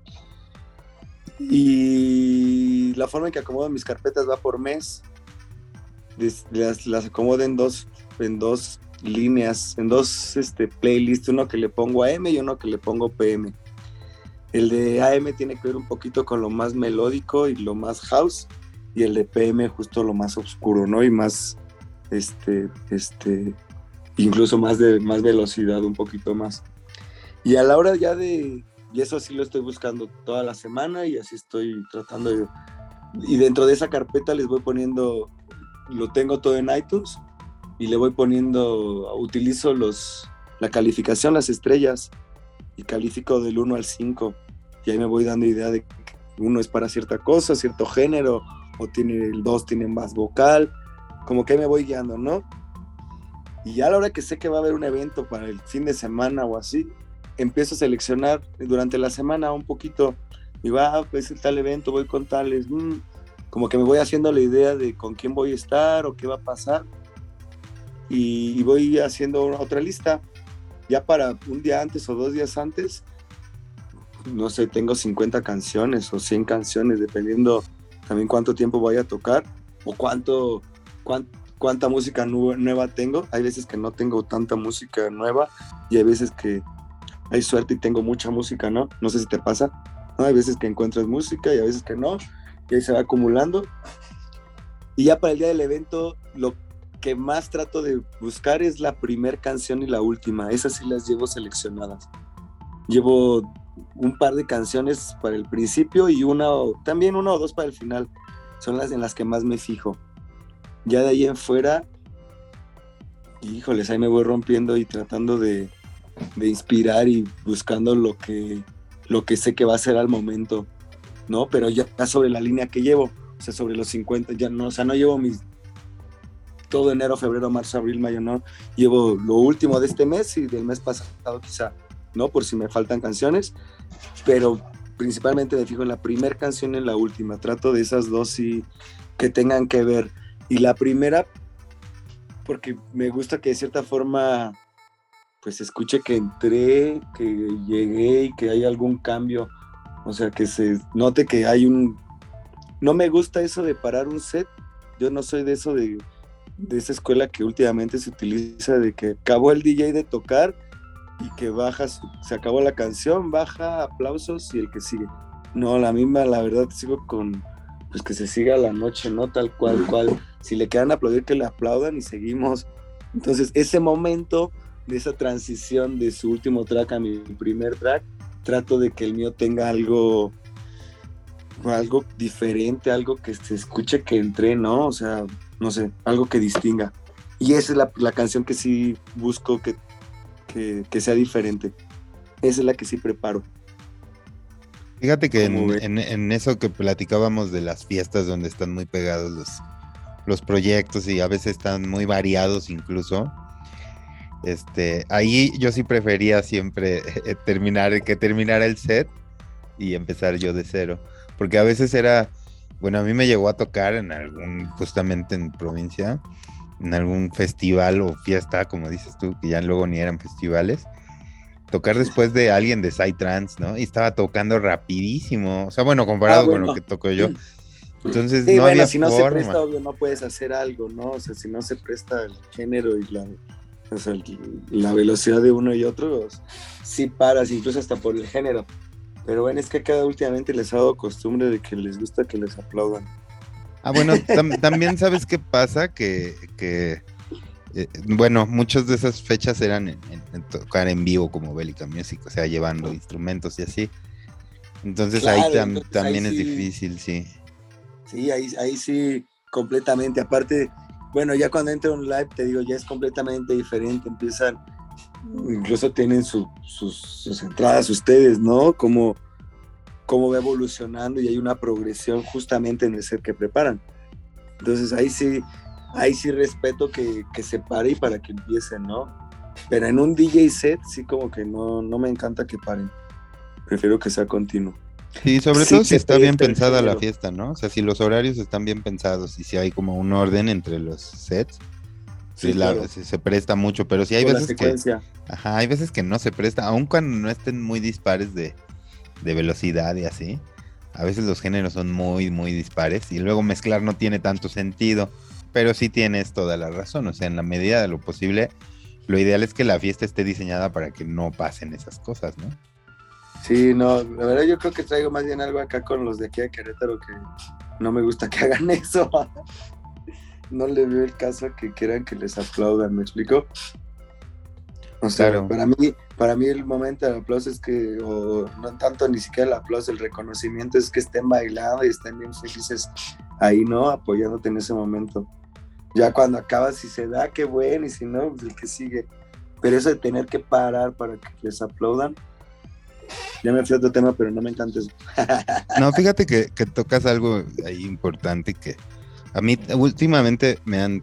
Y la forma en que acomodo mis carpetas va por mes. Las, las acomodo en dos, en dos líneas, en dos este, playlists, uno que le pongo A M y uno que le pongo P M. El de A M tiene que ver un poquito con lo más melódico y lo más house, y el de P M justo lo más oscuro, ¿no? Y más, este, este, incluso más de más velocidad, un poquito más. Y a la hora ya de, y eso sí lo estoy buscando toda la semana y así estoy tratando de, y dentro de esa carpeta les voy poniendo, lo tengo todo en iTunes y le voy poniendo, utilizo los, la calificación, las estrellas, y califico del uno al cinco. Y ahí me voy dando idea de que uno es para cierta cosa, cierto género, o tiene el dos tiene más vocal, como que ahí me voy guiando, ¿no? Y ya a la hora que sé que va a haber un evento para el fin de semana o así, empiezo a seleccionar durante la semana un poquito, y va, ah, pues el tal evento, voy con tales, mmm, como que me voy haciendo la idea de con quién voy a estar o qué va a pasar, y, y voy haciendo otra lista, ya para un día antes o dos días antes, no sé, tengo cincuenta canciones o cien canciones, dependiendo también cuánto tiempo vaya a tocar o cuánto, cuán, cuánta música nu- nueva tengo. Hay veces que no tengo tanta música nueva y hay veces que hay suerte y tengo mucha música, ¿no? No sé si te pasa, ¿no? Hay veces que encuentras música y a veces que no, y ahí se va acumulando. Y ya para el día del evento, lo que más trato de buscar es la primera canción y la última. Esas sí las llevo seleccionadas. Llevo un par de canciones para el principio y una o, también una o dos para el final. Son las en las que más me fijo. Ya de ahí en fuera, híjoles, ahí me voy rompiendo y tratando de, de inspirar y buscando lo que, lo que sé que va a ser al momento, ¿no? Pero ya sobre la línea que llevo, o sea, sobre los cincuenta, ya no, o sea, no llevo mis todo enero, febrero, marzo, abril, mayo, no. Llevo lo último de este mes y del mes pasado quizá, ¿no? Por si me faltan canciones, pero principalmente me fijo en la primera canción y en la última. Trato de esas dos y que tengan que ver. Y la primera, porque me gusta que de cierta forma pues escuche que entré, que llegué y que hay algún cambio. O sea, que se note que hay un... No me gusta eso de parar un set. Yo no soy de eso de... de esa escuela que últimamente se utiliza de que acabó el D J de tocar y que baja, su, se acabó la canción, baja, aplausos y el que sigue. No, la misma, la verdad, sigo con, pues que se siga la noche, ¿no? Tal cual, cual. Si le quedan aplaudir, que le aplaudan y seguimos. Entonces, ese momento de esa transición de su último track a mi primer track, trato de que el mío tenga algo, algo diferente, algo que se escuche que entré, ¿no? O sea, no sé, algo que distinga. Y esa es la, la canción que sí busco que que, que sea diferente. Esa es la que sí preparo. Fíjate que en, ¿Cómo ves? en, en eso que platicábamos de las fiestas donde están muy pegados los, los proyectos y a veces están muy variados incluso, este, ahí yo sí prefería siempre eh, terminar, que terminara el set y empezar yo de cero, porque a veces era, bueno, a mí me llegó a tocar en algún, justamente en provincia, en algún festival o fiesta, como dices tú, que ya luego ni eran festivales, tocar después de alguien de Psytrance, ¿no? Y estaba tocando rapidísimo, o sea, bueno, Ah, comparado con lo bueno. que toco yo, entonces Sí, no bueno, había si no se presta, forma. obvio, no puedes hacer algo, ¿no? O sea, si no se presta el género y la, o sea, la velocidad de uno y otro, sí paras, incluso hasta por el género. Pero bueno, es que acá últimamente les ha dado costumbre de que les gusta que les aplaudan. Ah, bueno, tam- también sabes qué pasa, que, que eh, bueno, muchas de esas fechas eran en, en- en tocar en vivo como Bélica Music, o sea, llevando instrumentos y así. Entonces ahí Claro, tam- entonces ahí también es sí, difícil, sí. sí, ahí, ahí sí, completamente. Aparte, bueno, ya cuando entra un live, te digo, ya es completamente diferente. Empiezan, incluso tienen su, sus, sus entradas ustedes, ¿no? Como cómo va evolucionando y hay una progresión justamente en el set que preparan. Entonces ahí sí, ahí sí respeto que, que se pare y para que empiecen, ¿no? Pero en un D J set sí como que no, no me encanta que paren. Prefiero que sea continuo. Sí, sobre Sí todo si se está bien presta el pensada la género. fiesta, ¿no? O sea, si los horarios están bien pensados y si hay como un orden entre los sets, sí, Sí, la, claro. se, se presta mucho, pero sí hay Por la veces que, secuencia. ajá, hay veces que no se presta, aun cuando no estén muy dispares de, de velocidad y así, a veces los géneros son muy, muy dispares y luego mezclar no tiene tanto sentido, pero sí tienes toda la razón, o sea, en la medida de lo posible, lo ideal es que la fiesta esté diseñada para que no pasen esas cosas, ¿no? Sí, no, la verdad yo creo que traigo más bien algo acá con los de aquí de Querétaro que no me gusta que hagan eso. No le veo el caso a que quieran que les aplaudan, ¿me explico? O sea, Claro. para mí, para mí el momento del aplauso es que, o no tanto ni siquiera el aplauso, el reconocimiento es que estén bailando y estén bien felices ahí, ¿no? Apoyándote en ese momento. Ya cuando acabas, si se da, qué bueno, y si no, pues el que sigue. Pero eso de tener que parar para que les aplaudan, ya me fui a otro tema, pero no me encanta eso. No, fíjate que, que tocas algo ahí importante que a mí últimamente me han,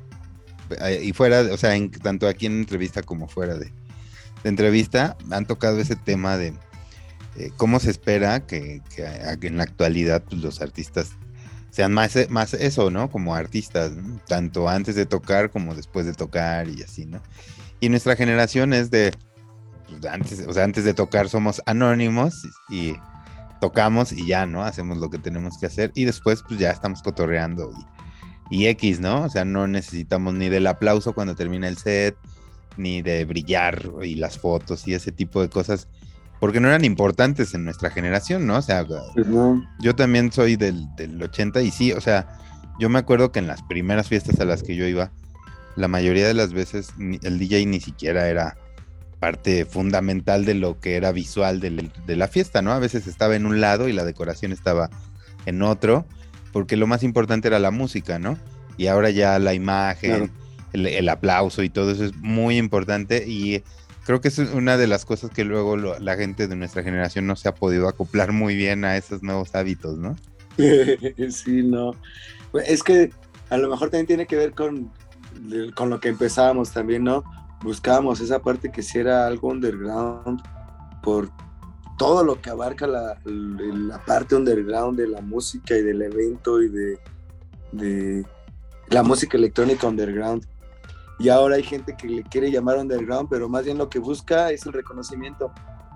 y fuera, o sea, en, tanto aquí en entrevista como fuera de, de entrevista, me han tocado ese tema de eh, cómo se espera que, que, que en la actualidad pues, los artistas sean más, más eso, ¿no? Como artistas, ¿no? Tanto antes de tocar como después de tocar y así, ¿no? Y nuestra generación es de, pues, antes, o sea, antes de tocar somos anónimos y tocamos y ya, ¿no? Hacemos lo que tenemos que hacer y después pues ya estamos cotorreando y, y X, ¿no? O sea, no necesitamos ni del aplauso cuando termina el set, ni de brillar y las fotos y ese tipo de cosas, porque no eran importantes en nuestra generación, ¿no? O sea, Pues no. yo también soy del, del ochenta y sí, o sea, yo me acuerdo que en las primeras fiestas a las que yo iba, la mayoría de las veces el D J ni siquiera era parte fundamental de lo que era visual de, de la fiesta, ¿no? A veces estaba en un lado y la decoración estaba en otro, porque lo más importante era la música, ¿no? Y ahora ya la imagen, claro. el, el aplauso y todo eso es muy importante y creo que es una de las cosas que luego lo, la gente de nuestra generación no se ha podido acoplar muy bien a esos nuevos hábitos, ¿no? Sí, no. Es que a lo mejor también tiene que ver con, con lo que empezábamos también, ¿no? Buscábamos esa parte que sí era algo underground por todo lo que abarca la, la parte underground de la música y del evento y de, de la música electrónica underground. Y ahora hay gente que le quiere llamar underground, pero más bien lo que busca es el reconocimiento.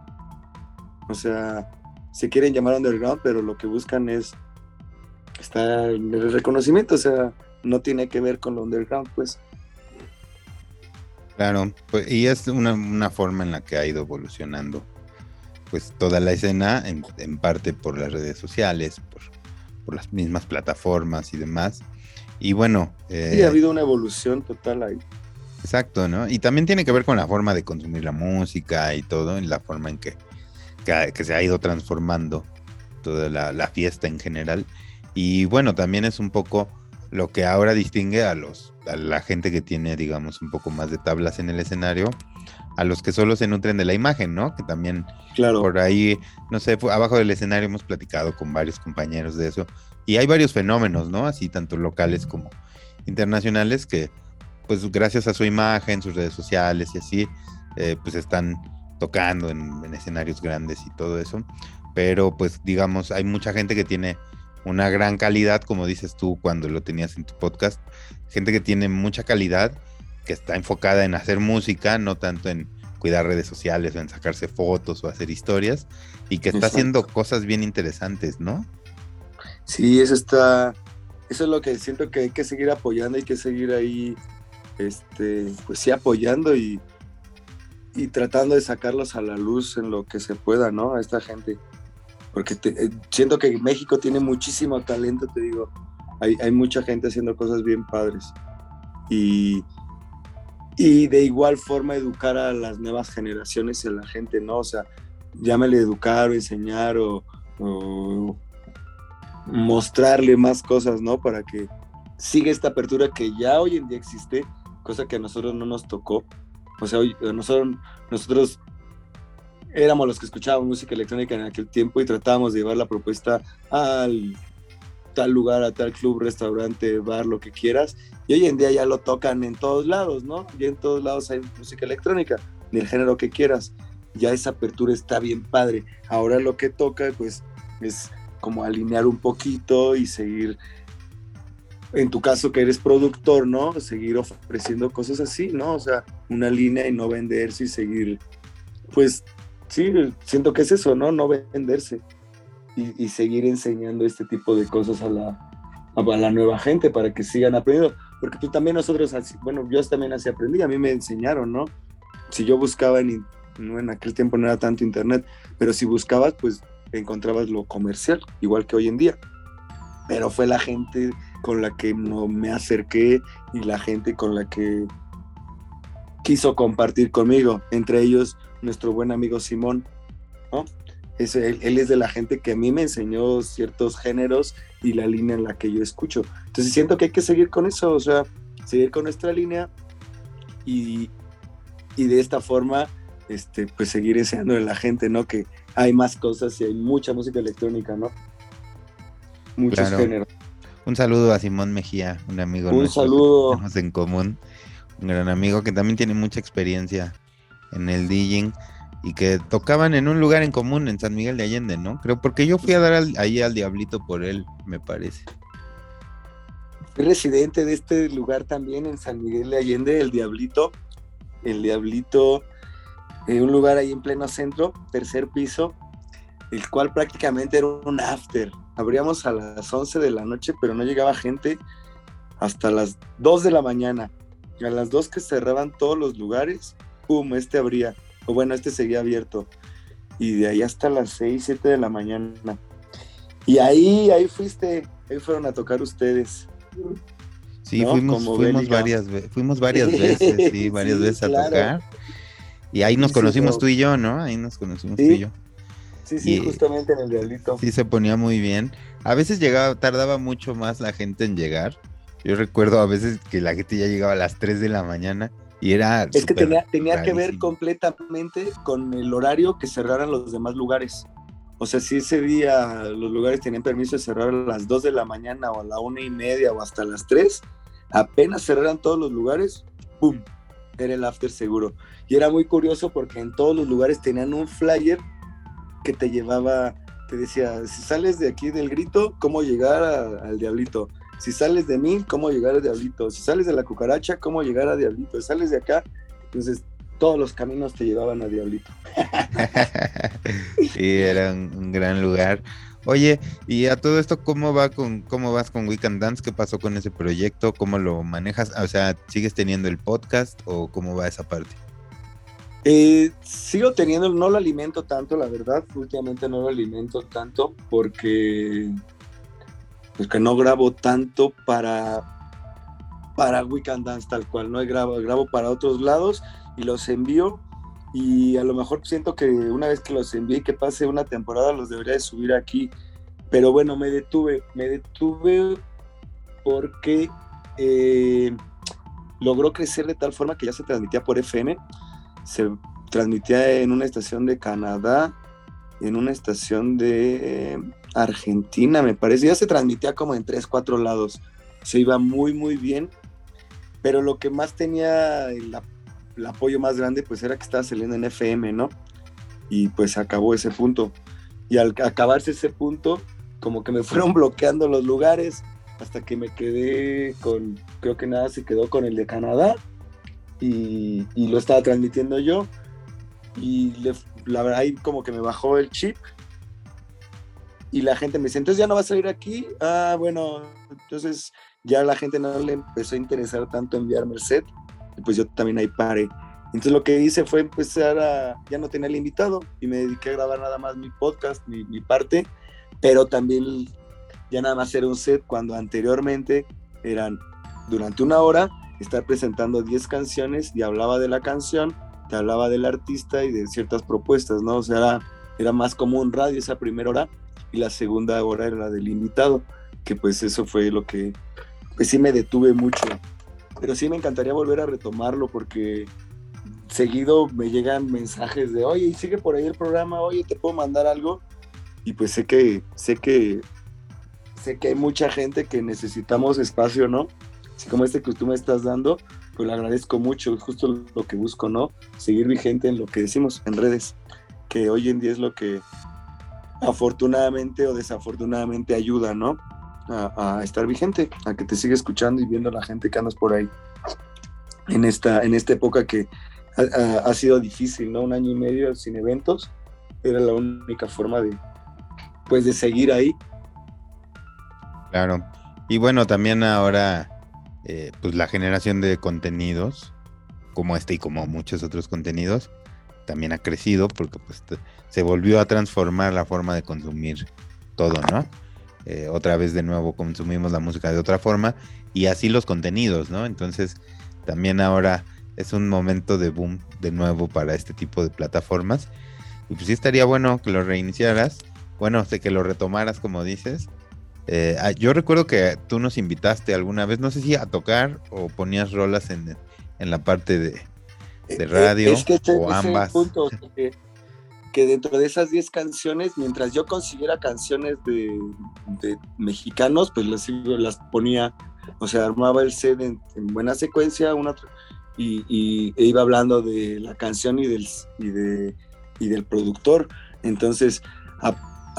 O sea, se quieren llamar underground, pero lo que buscan es estar en el reconocimiento, o sea, no tiene que ver con lo underground, pues. Claro, pues, y es una, una forma en la que ha ido evolucionando pues toda la escena, en, en parte por las redes sociales, por, por las mismas plataformas y demás. Y bueno... Eh, sí, ha habido una evolución total ahí. Exacto, ¿no? Y también tiene que ver con la forma de consumir la música y todo, en la forma en que, que, que se ha ido transformando toda la, la fiesta en general. Y bueno, también es un poco lo que ahora distingue a los a la gente que tiene, digamos, un poco más de tablas en el escenario, a los que solo se nutren de la imagen, ¿no? Que también Claro. por ahí, no sé, fu- abajo del escenario hemos platicado con varios compañeros de eso, y hay varios fenómenos, ¿no? Así tanto locales como internacionales que, pues gracias a su imagen, sus redes sociales y así, eh, pues están tocando en, en escenarios grandes y todo eso, pero pues digamos, hay mucha gente que tiene una gran calidad, como dices tú cuando lo tenías en tu podcast, gente que tiene mucha calidad, que está enfocada en hacer música, no tanto en cuidar redes sociales o en sacarse fotos o hacer historias, y que está Exacto. haciendo cosas bien interesantes, ¿no? Sí, eso está, eso es lo que siento que hay que seguir apoyando, hay que seguir ahí, este, pues sí, apoyando y, y tratando de sacarlos a la luz en lo que se pueda, ¿no? A esta gente. Porque te- eh, siento que México tiene muchísimo talento, te digo. Hay, hay mucha gente haciendo cosas bien padres. Y, y de igual forma educar a las nuevas generaciones y a la gente, ¿no? O sea, llámale educar o enseñar o, o mostrarle más cosas, ¿no? Para que siga esta apertura que ya hoy en día existe, cosa que a nosotros no nos tocó. O sea, hoy, a nosotros, nosotros éramos los que escuchábamos música electrónica en aquel tiempo y tratábamos de llevar la propuesta al tal lugar, a tal club, restaurante, bar, lo que quieras. Y hoy en día ya lo tocan en todos lados, ¿no? Ya en todos lados hay música electrónica, del género que quieras. Ya esa apertura está bien padre. Ahora lo que toca, pues, es como alinear un poquito y seguir, en tu caso que eres productor, ¿no? Seguir ofreciendo cosas así, ¿no? O sea, una línea y no venderse y seguir, pues, sí, siento que es eso, ¿no? No venderse y, y seguir enseñando este tipo de cosas a la, a la nueva gente para que sigan aprendiendo. Porque pues también nosotros, así, bueno, yo también así aprendí, a mí me enseñaron, ¿no? Si yo buscaba en, no, en aquel tiempo no era tanto internet, pero si buscabas, pues encontrabas lo comercial, igual que hoy en día. Pero fue la gente con la que no me acerqué y la gente con la que quiso compartir conmigo, entre ellos nuestro buen amigo Simón, ¿no? Es, él, él es de la gente que a mí me enseñó ciertos géneros y la línea en la que yo escucho. Entonces siento que hay que seguir con eso, o sea, seguir con nuestra línea y, y de esta forma, este, pues seguir enseñando a la gente, ¿no? Que hay más cosas y hay mucha música electrónica, ¿no? Muchos Claro. géneros. Un saludo a Simón Mejía, un amigo Un nuestro saludo. que tenemos en común, un gran amigo que también tiene mucha experiencia en el DJing y que tocaban en un lugar en común en San Miguel de Allende, ¿no? Creo, porque yo fui a dar al, ahí al Diablito por él, me parece. Fui residente de este lugar también en San Miguel de Allende, el Diablito. El Diablito, eh, un lugar ahí en pleno centro, tercer piso, el cual prácticamente era un after. Abríamos a las once de la noche, pero no llegaba gente hasta las dos de la mañana. A las dos que cerraban todos los lugares, pum, este abría. O bueno, este seguía abierto. Y de ahí hasta las seis, siete de la mañana. Y ahí, ahí fuiste, ahí fueron a tocar ustedes. Sí, ¿no? fuimos, Como fuimos bélica. varias veces, fuimos varias veces, sí, varias Sí, veces a claro. tocar. Y ahí nos Sí, conocimos sí, tú y yo, ¿no? Ahí nos conocimos Sí. tú y yo. Sí, sí, Y justamente en el Diablito. sí se ponía muy bien. A veces llegaba, tardaba mucho más la gente en llegar. Yo recuerdo a veces que la gente ya llegaba a las tres de la mañana y era Es que súper tenía, tenía que ver rarísimo. completamente con el horario que cerraran los demás lugares. O sea, si ese día los lugares tenían permiso de cerrar a las dos de la mañana o a la una y media o hasta las tres, apenas cerraran todos los lugares, ¡pum! Era el after seguro. Y era muy curioso porque en todos los lugares tenían un flyer que te llevaba, te decía, si sales de aquí del Grito, ¿cómo llegar a, al Diablito? Si sales de mí, ¿cómo llegar al Diablito? Si sales de la Cucaracha, ¿cómo llegar a Diablito? Si sales de acá, entonces todos los caminos te llevaban a Diablito. Sí, era un, un gran lugar. Oye, y a todo esto, ¿cómo va con, cómo vas con Weekend Dance? ¿Qué pasó con ese proyecto? ¿Cómo lo manejas? O sea, ¿sigues teniendo el podcast o cómo va esa parte? Eh, sigo teniendo, no lo alimento tanto, la verdad, últimamente no lo alimento tanto porque pues que no grabo tanto para para Weekend Dance tal cual, no grabo, grabo para otros lados y los envío y a lo mejor siento que una vez que los envíe y que pase una temporada los debería de subir aquí, pero bueno, me detuve, me detuve porque eh, logró crecer de tal forma que ya se transmitía por F M. se transmitía en una estación de Canadá, en una estación de Argentina, me parece. Ya se transmitía como en tres, cuatro lados. Se iba muy, muy bien. Pero lo que más tenía el, el apoyo más grande, pues era que estaba saliendo en F M, ¿no? Y pues acabó ese punto. Y al acabarse ese punto, como que me fueron bloqueando los lugares, hasta que me quedé con, creo que nada, se quedó con el de Canadá, y, y lo estaba transmitiendo yo. Y le, la verdad, ahí como que me bajó el chip, y la gente me dice, entonces ya no va a salir aquí. Ah, bueno, entonces ya la gente no le empezó a interesar tanto enviarme el set, y pues yo también ahí paré. Entonces lo que hice fue empezar a, ya no tenía el invitado, y me dediqué a grabar nada más mi podcast, mi, mi parte, pero también ya nada más era un set, cuando anteriormente eran durante una hora estar presentando diez canciones, y hablaba de la canción, te hablaba del artista y de ciertas propuestas, ¿no? O sea, era, era más como un radio esa primera hora, y la segunda hora era la del invitado, que pues eso fue lo que, pues sí me detuve mucho, pero sí me encantaría volver a retomarlo, porque seguido me llegan mensajes de, oye, sigue por ahí el programa, oye, ¿te puedo mandar algo? Y pues sé que, sé que, sé que hay mucha gente que necesitamos espacio, ¿no? Así como este que tú me estás dando, pues le agradezco mucho, es justo lo que busco, ¿no? Seguir vigente en lo que decimos en redes, que hoy en día es lo que afortunadamente o desafortunadamente ayuda, ¿no? A, a estar vigente, a que te siga escuchando y viendo a la gente que andas por ahí. En esta, en esta época que ha, ha, ha sido difícil, ¿no? Un año y medio sin eventos, era la única forma de, pues, de seguir ahí. Claro. Y bueno, también ahora, eh, pues la generación de contenidos, como este y como muchos otros contenidos, también ha crecido, porque pues t- se volvió a transformar la forma de consumir todo, ¿no? Eh, otra vez de nuevo consumimos la música de otra forma, y así los contenidos, ¿no? Entonces también ahora es un momento de boom de nuevo para este tipo de plataformas, y pues sí estaría bueno que lo reiniciaras, bueno, sé que lo retomaras como dices. Eh, ah, yo recuerdo que tú nos invitaste alguna vez, no sé si a tocar o ponías rolas en, en la parte de, de radio, es que este, o ese ambas. punto, que, que dentro de esas diez canciones, mientras yo consiguiera canciones de, de mexicanos, pues las, las ponía, o sea, armaba el set en, en buena secuencia, una y, y e iba hablando de la canción y del, y de, y del productor. Entonces, a,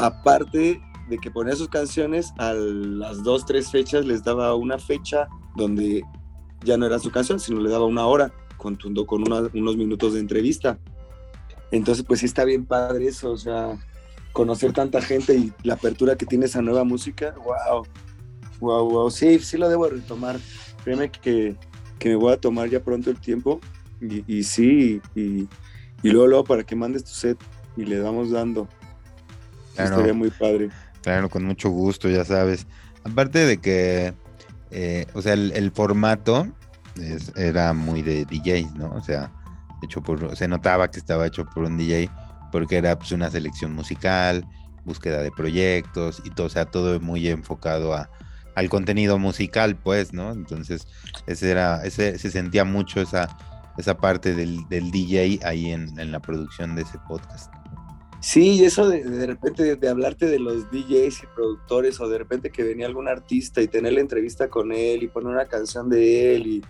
aparte de que ponía sus canciones, a las dos, tres fechas les daba una fecha donde ya no era su canción, sino le daba una hora, con, con una, unos minutos de entrevista. Entonces, pues sí está bien padre eso, o sea, conocer tanta gente y la apertura que tiene esa nueva música, wow, wow, wow, sí, sí lo debo retomar. Créeme que, que me voy a tomar ya pronto el tiempo, y, y sí, y, y luego, luego para que mandes tu set y le vamos dando. Claro, estaría muy padre. Claro, con mucho gusto, ya sabes. Aparte de que, eh, o sea, el, el formato es- era muy de D Js, ¿no? O sea, hecho por, se notaba que estaba hecho por un D J, porque era pues una selección musical, búsqueda de proyectos y todo, o sea, todo muy enfocado a, al contenido musical, pues, ¿no? Entonces, ese era, ese, se sentía mucho esa, esa parte del, del D J ahí en, en la producción de ese podcast. Sí, y eso de, de repente de, de hablarte de los D Js y productores, o de repente que venía algún artista y tener la entrevista con él y poner una canción de él, y,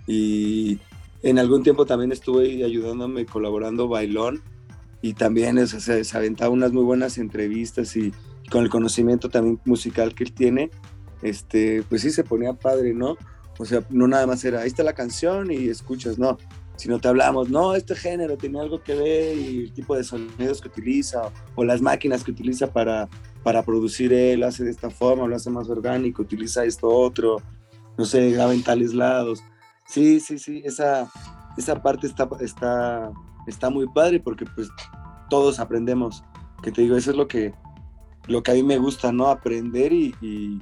y en algún tiempo también estuve ayudándome, colaborando Bailón, y también o sea, se, se aventaba unas muy buenas entrevistas, y con el conocimiento también musical que él tiene, este, pues sí se ponía padre, ¿no? O sea, no nada más era, ahí está la canción y escuchas, no, sino te hablamos, no, este género tiene algo que ver, y el tipo de sonidos que utiliza, o las máquinas que utiliza para, para producir él, hace de esta forma, lo hace más orgánico, utiliza esto otro, no sé, graba en tales lados. Sí, sí, sí, esa, esa parte está, está, está muy padre, porque pues todos aprendemos, que te digo, eso es lo que, lo que a mí me gusta, ¿no? Aprender y, y,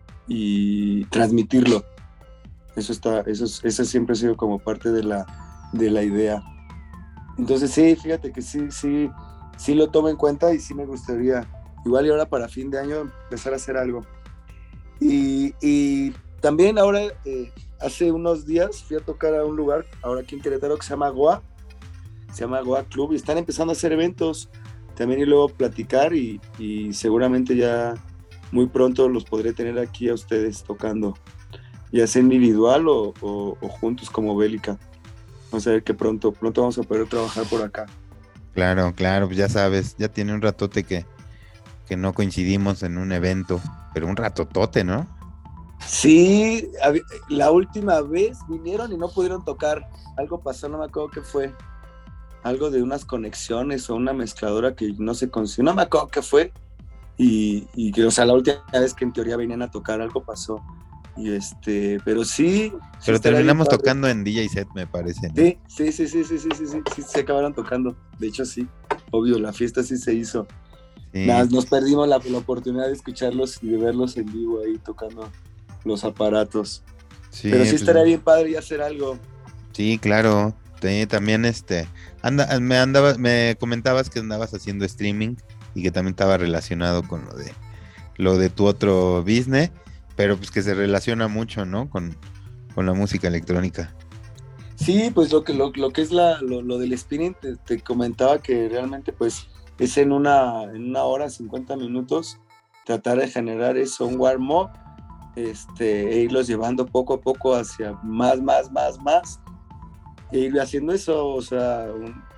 y transmitirlo. Eso está, eso, es, eso siempre ha sido como parte de la, de la idea. Entonces sí, fíjate que sí, sí, sí lo tomo en cuenta, y sí me gustaría, igual y ahora para fin de año, empezar a hacer algo. Y, y también ahora, eh, hace unos días fui a tocar a un lugar, ahora aquí en Querétaro, que se llama Goa. se llama Goa Club, y están empezando a hacer eventos también y luego platicar y, y seguramente ya muy pronto los podré tener aquí a ustedes tocando, ya sea individual o, o, o juntos como Bélica. Vamos a ver que pronto, pronto vamos a poder trabajar por acá. Claro, claro, pues ya sabes, ya tiene un ratote que, que no coincidimos en un evento, pero un ratotote, ¿no? Sí, la última vez vinieron y no pudieron tocar, algo pasó, no me acuerdo qué fue, algo de unas conexiones o una mezcladora que no se consiguió, no me acuerdo qué fue, y, y que, o sea, la última vez que en teoría venían a tocar algo pasó, y este, pero sí. Pero sí terminamos tocando en D J set, me parece, ¿no? Sí, sí, sí, sí, sí, sí, sí, sí, sí, se acabaron tocando, de hecho sí, obvio, la fiesta sí se hizo. Sí. Nada, nos perdimos la, la oportunidad de escucharlos y de verlos en vivo ahí tocando los aparatos. Sí, pero sí pues, estaría bien padre y hacer algo. Sí, claro. Sí, también este anda, me andaba, me comentabas que andabas haciendo streaming y que también estaba relacionado con lo de lo de tu otro business, pero pues que se relaciona mucho, ¿no? Con, con la música electrónica. Sí, pues lo que lo, lo que es la, lo, lo del spinning, te, te comentaba que realmente pues es en una, en una hora, cincuenta minutos, tratar de generar eso, un warm-up, este, e irlos llevando poco a poco hacia más, más, más, más, e ir haciendo eso, o sea,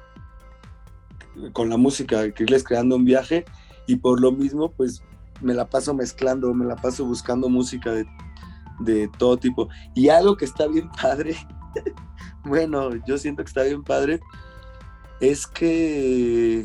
un, con la música, que irles creando un viaje, y por lo mismo, pues, me la paso mezclando, me la paso buscando música de, de todo tipo, y algo que está bien padre, bueno, yo siento que está bien padre, es que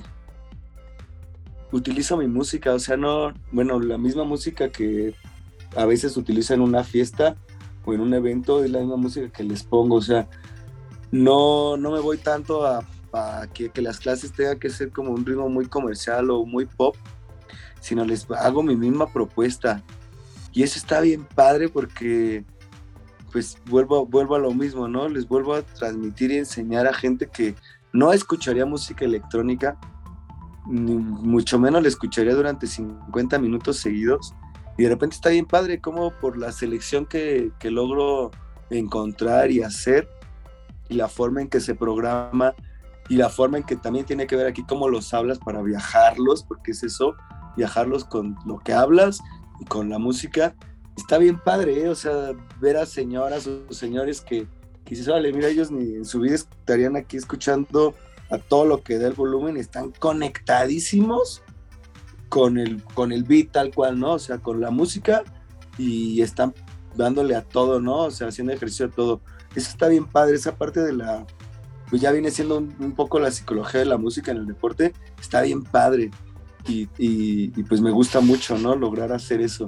utilizo mi música, o sea, no, bueno, la misma música que a veces utilizo en una fiesta o en un evento es la misma música que les pongo, o sea, no, no me voy tanto a, a que, que las clases tengan que ser como un ritmo muy comercial o muy pop, sino les hago mi misma propuesta, y eso está bien padre porque pues vuelvo, vuelvo a lo mismo, ¿no? Les vuelvo a transmitir y enseñar a gente que no escucharía música electrónica, ni mucho menos la escucharía durante cincuenta minutos seguidos, y de repente está bien padre como por la selección que, que logro encontrar y hacer, y la forma en que se programa, y la forma en que también tiene que ver aquí cómo los hablas para viajarlos, porque es eso, viajarlos con lo que hablas y con la música. Está bien padre, ¿eh? O sea, ver a señoras o señores que, que dices, vale, mira, ellos ni en su vida estarían aquí escuchando a todo lo que da el volumen, están conectadísimos con el, con el beat tal cual, ¿no? O sea, con la música, y están dándole a todo, ¿no? O sea, haciendo ejercicio a todo. Eso está bien padre, esa parte de la, pues ya viene siendo un, un poco la psicología de la música en el deporte, está bien padre, y, y, y pues me gusta mucho, ¿no? Lograr hacer eso,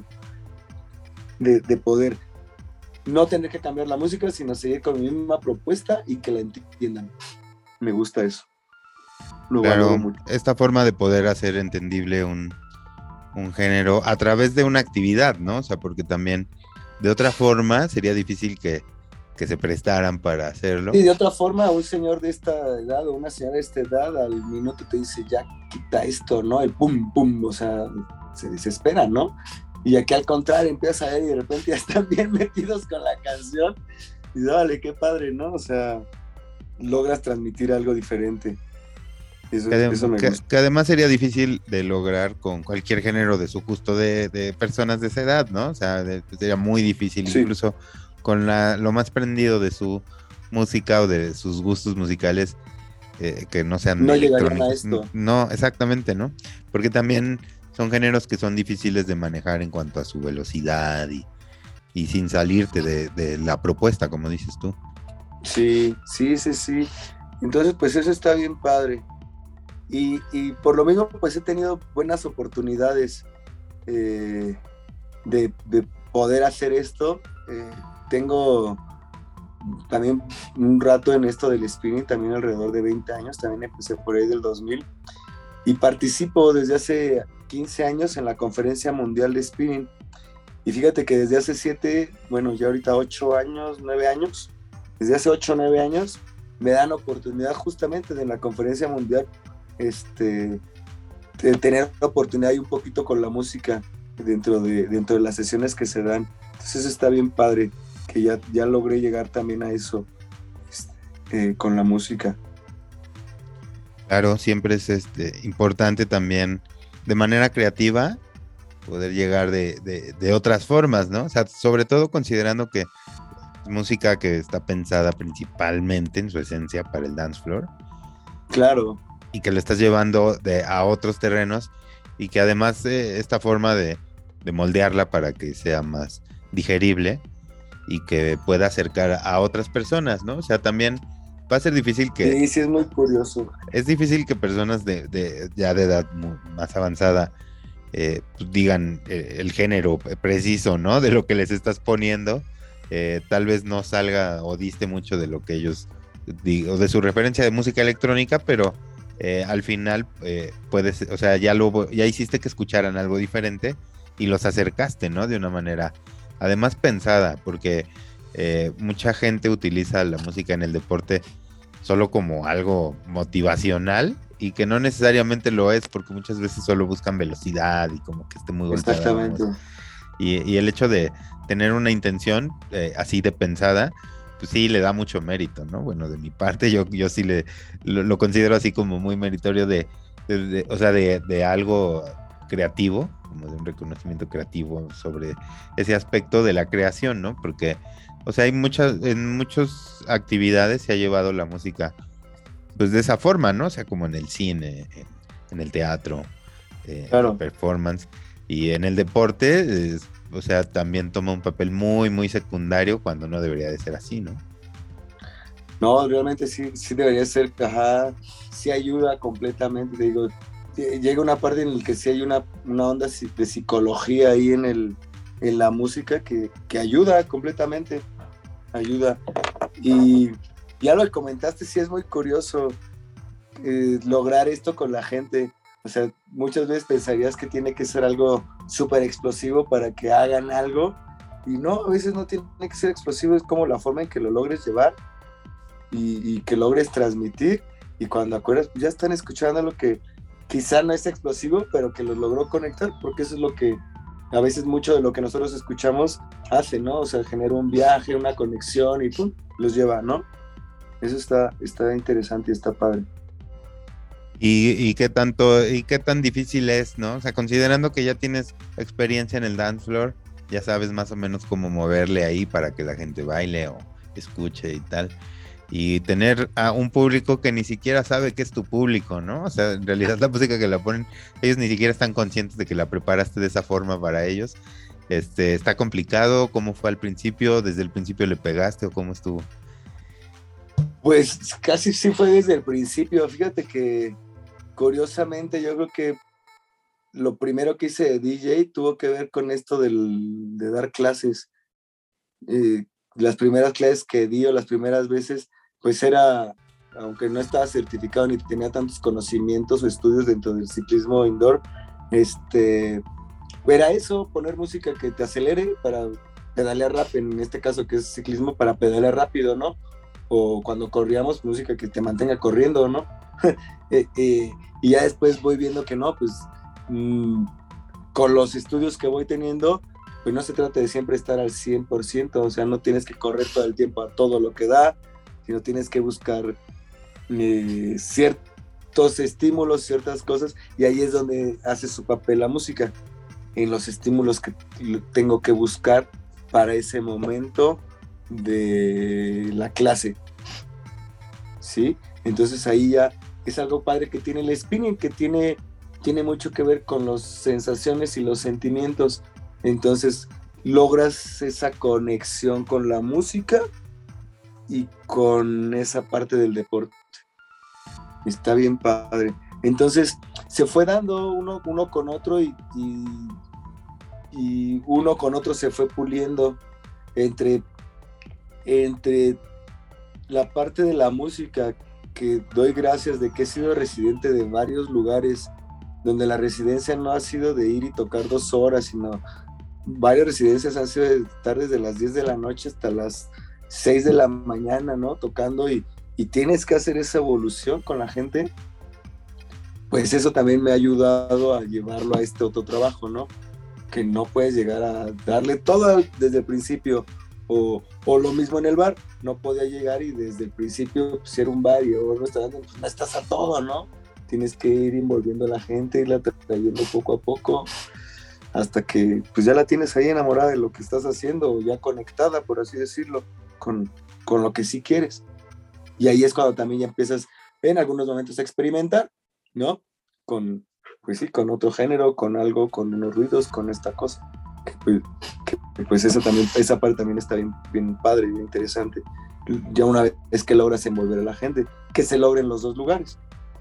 de, de poder no tener que cambiar la música, sino seguir con mi misma propuesta y que la entiendan. Me gusta eso. Lo claro, mucho. Esta forma de poder hacer entendible un, un género a través de una actividad, ¿no? O sea, porque también de otra forma sería difícil que, que se prestaran para hacerlo. Y de otra forma, un señor de esta edad o una señora de esta edad al minuto te dice, ya quita esto, ¿no? El pum, pum, o sea, se desespera, ¿no? Y aquí al contrario, empiezas a ver y de repente ya están bien metidos con la canción, y dale, qué padre, ¿no? O sea, logras transmitir algo diferente. Eso, que, eso me que, gusta. Que además sería difícil de lograr con cualquier género de su gusto de, de personas de esa edad, ¿no? O sea, de, sería muy difícil, sí. Incluso con la, lo más prendido de su música o de sus gustos musicales, eh, que no sean no electrónicos. A esto. No, exactamente, ¿no? Porque también son géneros que son difíciles de manejar en cuanto a su velocidad y, y sin salirte de, de la propuesta, como dices tú. Sí, sí, sí, sí. Entonces, pues eso está bien padre. Y, y por lo mismo, pues he tenido buenas oportunidades eh, de, de poder hacer esto. Eh, tengo también un rato en esto del spinning, también alrededor de veinte años, también empecé por ahí del dos mil. Y participo desde hace quince años en la Conferencia Mundial de Spinning. Y fíjate que desde hace siete, bueno, ya ahorita ocho años, nueve años, desde hace ocho o nueve años, me dan oportunidad justamente de en la Conferencia Mundial este, de tener oportunidad y un poquito con la música dentro de, dentro de las sesiones que se dan. Entonces eso está bien padre, que ya, ya logré llegar también a eso este, eh, con la música. Claro, siempre es este importante también de manera creativa poder llegar de, de, de otras formas, ¿no? O sea, sobre todo considerando que es música que está pensada principalmente en su esencia para el dance floor. Claro. Y que lo estás llevando de, a otros terrenos y que además eh, esta forma de, de moldearla para que sea más digerible y que pueda acercar a otras personas, ¿no? O sea, también va a ser difícil que... Sí, sí, es muy curioso. Es difícil que personas de, de ya de edad muy, más avanzada eh, pues digan eh, el género preciso, ¿no? De lo que les estás poniendo. Eh, tal vez no salga o diste mucho de lo que ellos o de su referencia de música electrónica, pero eh, al final eh, puedes, o sea, ya lo ya hiciste que escucharan algo diferente y los acercaste, ¿no? De una manera además pensada, porque eh, mucha gente utiliza la música en el deporte solo como algo motivacional y que no necesariamente lo es, porque muchas veces solo buscan velocidad y como que esté muy golpeada. Exactamente. Y, y el hecho de tener una intención eh, así de pensada, pues sí le da mucho mérito, ¿no? Bueno, de mi parte yo, yo sí le lo, lo considero así como muy meritorio de, de, de o sea, de, de algo creativo, como de un reconocimiento creativo sobre ese aspecto de la creación, ¿no? Porque, o sea, hay muchas, en muchas actividades se ha llevado la música, pues de esa forma, ¿no? O sea, como en el cine, en, en el teatro, eh, claro. En performance, y en el deporte, es, o sea, también toma un papel muy, muy secundario cuando no debería de ser así, ¿no? No, realmente sí, sí debería ser, ajá, sí ayuda completamente, te digo, llega una parte en la que sí hay una, una onda de psicología ahí en, el, en la música que, que ayuda completamente, ayuda. Y ya lo comentaste, sí es muy curioso eh, lograr esto con la gente. O sea, muchas veces pensarías que tiene que ser algo súper explosivo para que hagan algo, y no, a veces no tiene que ser explosivo, es como la forma en que lo logres llevar y, y que logres transmitir, y cuando acuerdas, ya están escuchando lo que quizá no es explosivo, pero que los logró conectar, porque eso es lo que a veces mucho de lo que nosotros escuchamos hace, ¿no? O sea, genera un viaje, una conexión y pum, los lleva, ¿no? Eso está, está interesante y está padre. Y, y qué tanto, y qué tan difícil es, ¿no? O sea, considerando que ya tienes experiencia en el dance floor, ya sabes más o menos cómo moverle ahí para que la gente baile o escuche y tal. Y tener a un público que ni siquiera sabe que es tu público, ¿no? O sea, en realidad la música que la ponen, ellos ni siquiera están conscientes de que la preparaste de esa forma para ellos. Este, ¿está complicado? ¿Cómo fue al principio? ¿Desde el principio le pegaste o cómo estuvo? Pues casi sí fue desde el principio. Fíjate que curiosamente yo creo que lo primero que hice de D J tuvo que ver con esto del, de dar clases. Eh, las primeras clases que di o las primeras veces, pues era, aunque no estaba certificado ni tenía tantos conocimientos o estudios dentro del ciclismo indoor, este, era eso, poner música que te acelere para pedalear rápido, en este caso que es ciclismo, para pedalear rápido, ¿no? O cuando corríamos, música que te mantenga corriendo, ¿no? eh, eh, y ya después voy viendo que no, pues mmm, con los estudios que voy teniendo, pues no se trata de siempre estar al cien por ciento, o sea, no tienes que correr todo el tiempo a todo lo que da, sino tienes que buscar eh, ciertos estímulos, ciertas cosas, y ahí es donde hace su papel la música, en los estímulos que tengo que buscar para ese momento de la clase, ¿sí? Entonces ahí ya es algo padre que tiene el spinning, que tiene, tiene mucho que ver con las sensaciones y los sentimientos. Entonces logras esa conexión con la música y con esa parte del deporte. Está bien padre. Entonces se fue dando uno, uno con otro y, y, y uno con otro se fue puliendo entre, entre la parte de la música, que doy gracias de que he sido residente de varios lugares donde la residencia no ha sido de ir y tocar dos horas, sino varias residencias han sido de estar desde las diez de la noche hasta las seis de la mañana, ¿no? Tocando y, y tienes que hacer esa evolución con la gente. Pues eso también me ha ayudado a llevarlo a este otro trabajo, ¿no? Que no puedes llegar a darle todo desde el principio. O, o lo mismo en el bar, no podía llegar y desde el principio pues, era un bar y o un restaurante, pues no estás a todo, ¿no? tienes que ir envolviendo a la gente, irla trayendo poco a poco, hasta que pues ya la tienes ahí enamorada de lo que estás haciendo, o ya conectada, por así decirlo, con, con lo que sí quieres. Y ahí es cuando también ya empiezas en algunos momentos a experimentar, ¿no? Con, pues sí, con otro género, con algo, con unos ruidos, con esta cosa. Que, pues, que, pues esa, también, esa parte también está bien, bien padre, bien interesante. Ya una vez que logras envolver a la gente, que se logren los dos lugares.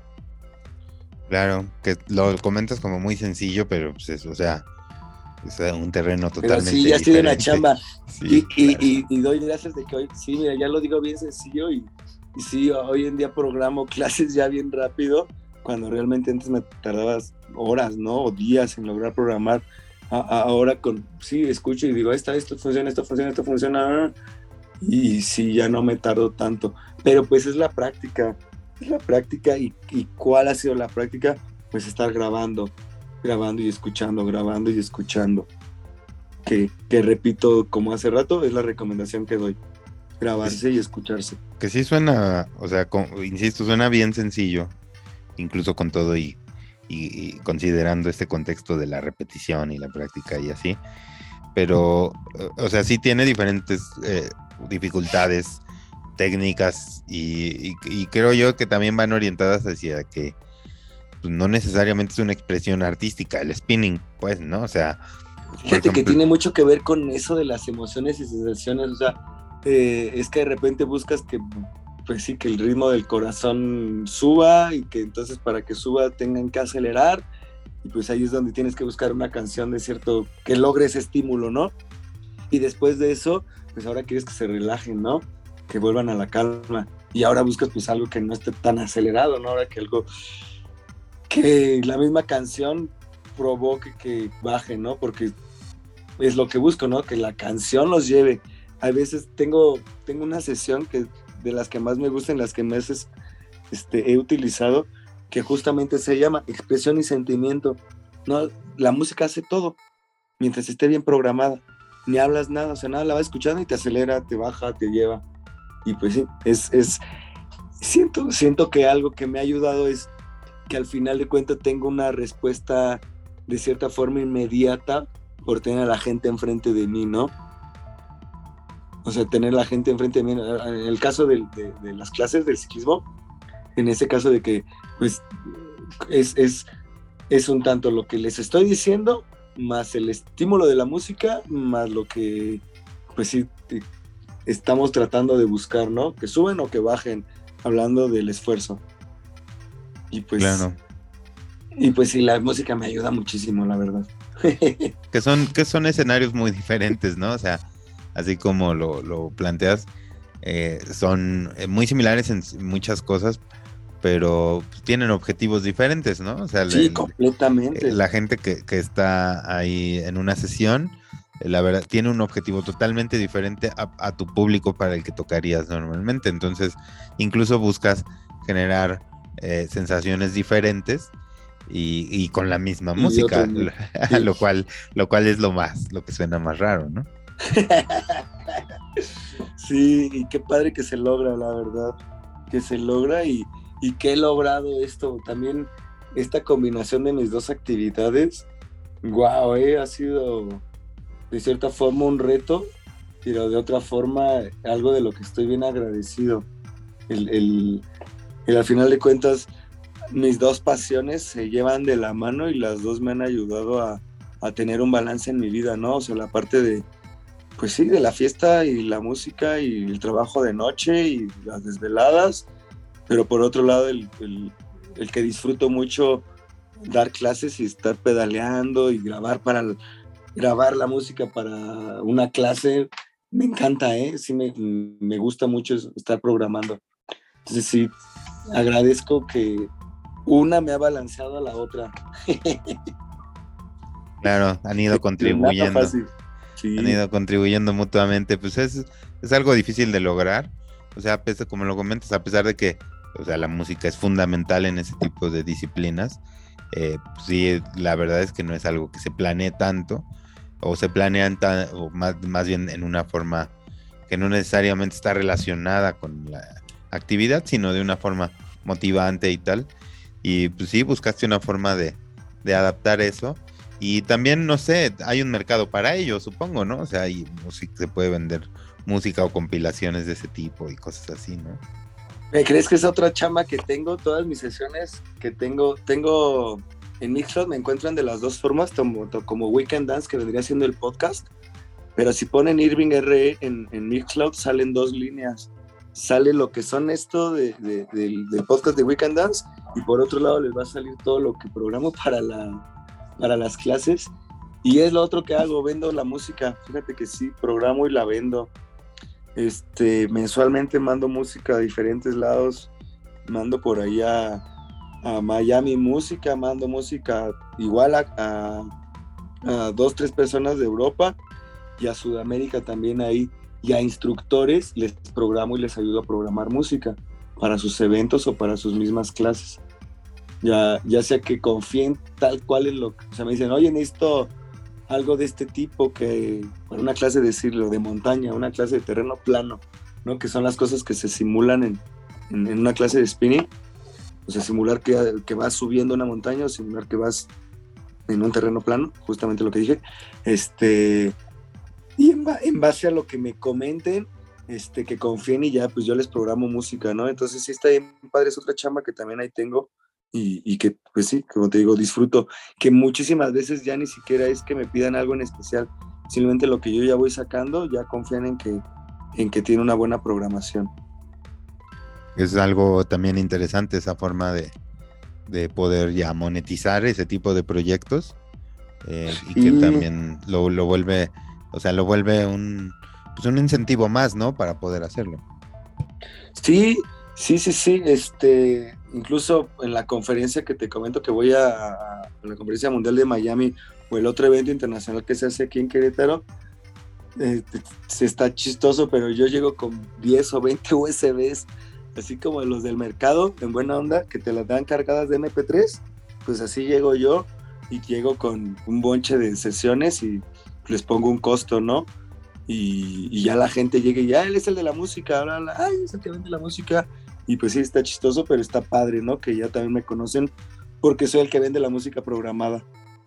Claro, que lo comentas como muy sencillo, pero pues es, o sea, es un terreno totalmente diferente. Pero sí, ya estoy en la chamba. Sí, y, claro. y, y, y doy gracias de que hoy, sí, mira, ya lo digo bien sencillo y, y sí, hoy en día programo clases ya bien rápido, cuando realmente antes me tardabas horas, ¿no? O días en lograr programar. A, a, ahora con, sí, escucho y digo, ahí está, esto funciona, esto funciona, esto funciona. Y sí, ya no me tardo tanto. Pero pues es la práctica, es la práctica. ¿Y, y cuál ha sido la práctica? Pues estar grabando, grabando y escuchando, grabando y escuchando. Que, que repito, como hace rato, es la recomendación que doy. Grabarse y escucharse. Que sí suena, o sea, con, insisto, suena bien sencillo, incluso con todo y, y, y considerando este contexto de la repetición y la práctica y así. Pero, o sea, sí tiene diferentes eh, dificultades técnicas y, y, y creo yo que también van orientadas hacia que pues, no necesariamente es una expresión artística, el spinning, pues, ¿no? O sea, fíjate ejemplo, que tiene mucho que ver con eso de las emociones y sensaciones, o sea, eh, es que de repente buscas que, pues sí, que el ritmo del corazón suba y que entonces para que suba tengan que acelerar. Y pues ahí es donde tienes que buscar una canción de cierto, que logre ese estímulo, ¿no? Y después de eso, pues ahora quieres que se relajen, ¿no? Que vuelvan a la calma. Y ahora buscas pues algo que no esté tan acelerado, ¿no? Ahora que algo, que la misma canción provoque que baje, ¿no? Porque es lo que busco, ¿no? Que la canción los lleve. A veces tengo, tengo una sesión que de las que más me gustan, las que más este, he utilizado, que justamente se llama expresión y sentimiento, ¿no? La música hace todo, mientras esté bien programada, ni hablas nada, o sea, nada, la vas escuchando y te acelera, te baja, te lleva, y pues sí, es, es siento, siento que algo que me ha ayudado es que al final de cuentas tengo una respuesta de cierta forma inmediata por tener a la gente enfrente de mí, ¿no? O sea, tener a la gente enfrente de mí, en el caso de, de, de las clases del ciclismo, en ese caso de que pues es, es, es un tanto lo que les estoy diciendo, más el estímulo de la música, más lo que pues sí estamos tratando de buscar, ¿no? Que suben o que bajen, hablando del esfuerzo. Y pues, claro. Y pues sí, la música me ayuda muchísimo, la verdad. que son, que son escenarios muy diferentes, ¿no? O sea, así como lo, lo planteas, eh, son muy similares en muchas cosas, pero tienen objetivos diferentes, ¿no? O sea, sí, el, completamente. La gente que, que está ahí en una sesión, la verdad, tiene un objetivo totalmente diferente a, a tu público para el que tocarías normalmente. Entonces, incluso buscas generar eh, sensaciones diferentes y, y con la misma y música, otro, sí. lo cual, lo cual es lo más, lo que suena más raro, ¿no? Sí, y qué padre que se logra, la verdad, que se logra y y que he logrado esto, también esta combinación de mis dos actividades, wow, eh, ha sido de cierta forma un reto, pero de otra forma algo de lo que estoy bien agradecido. El, el, el, al final de cuentas, mis dos pasiones se llevan de la mano y las dos me han ayudado a, a tener un balance en mi vida, ¿no? O sea, la parte de, pues sí, de la fiesta y la música y el trabajo de noche y las desveladas, pero por otro lado el, el, el que disfruto mucho dar clases y estar pedaleando y grabar para el, grabar la música para una clase, me encanta, ¿eh? Sí, me, me gusta mucho estar programando. Entonces sí, agradezco que una me ha balanceado a la otra. Claro, han ido contribuyendo. Sí. Han ido contribuyendo mutuamente. Pues es, es algo difícil de lograr. O sea, como lo comentas, a pesar de que o sea, la música es fundamental en ese tipo de disciplinas, eh, pues sí, la verdad es que no es algo que se planee tanto, o se planean tan, o más, más bien en una forma que no necesariamente está relacionada con la actividad, sino de una forma motivante y tal. y pues sí, buscaste una forma de, de adaptar eso. Y también, no sé, hay un mercado para ello, supongo, ¿no? O sea, hay música, se puede vender música o compilaciones de ese tipo y cosas así, ¿no? ¿Me crees que es otra chamba que tengo? Todas mis sesiones que tengo, tengo en Mixcloud me encuentran de las dos formas, como, como Weekend Dance, que vendría siendo el podcast, pero si ponen Irving R E en, en Mixcloud salen dos líneas. Sale lo que son esto de, de, del, del podcast de Weekend Dance, y por otro lado les va a salir todo lo que programo para, la, para las clases, y es lo otro que hago, vendo la música. Fíjate que sí, programo y la vendo. Este, mensualmente mando música a diferentes lados, mando por ahí a, a Miami música, mando música igual a, a, a dos, tres personas de Europa, y a Sudamérica también ahí, y a instructores les programo y les ayudo a programar música para sus eventos o para sus mismas clases, ya, ya sea que confíen tal cual en lo que, o sea, me dicen, oye, necesito algo de este tipo, que para una clase, decirlo, de montaña, una clase de terreno plano, ¿no? Que son las cosas que se simulan en, en, en una clase de spinning. O sea, simular que, que vas subiendo una montaña, o simular que vas en un terreno plano, justamente lo que dije. Este, y en, en base a lo que me comenten, este, que confíen, y ya pues yo les programo música, ¿no? Entonces sí está bien padre, es otra chamba que también ahí tengo. Y, y que, pues sí, como te digo, disfruto, que muchísimas veces ya ni siquiera es que me pidan algo en especial, simplemente lo que yo ya voy sacando, ya confían en que, en que tiene una buena programación. Es algo también interesante esa forma de, de poder ya monetizar ese tipo de proyectos, eh, y que y... también lo, lo vuelve, o sea, lo vuelve un, pues un incentivo más, ¿no? Para poder hacerlo. Sí, sí, sí, sí, este... Incluso en la conferencia que te comento que voy a, a la conferencia mundial de Miami, o el otro evento internacional que se hace aquí en Querétaro, eh, se está chistoso, pero yo llego con diez o veinte U S Bs, así como los del mercado, en buena onda, que te las dan cargadas de eme pe tres, pues así llego yo, y llego con un bonche de sesiones y les pongo un costo, ¿no? Y, y ya la gente llega y ya, él es el de la música, bla, bla, ay, es el que vende la música. Y pues sí, está chistoso, pero está padre, ¿no? Que ya también me conocen porque soy el que vende la música programada.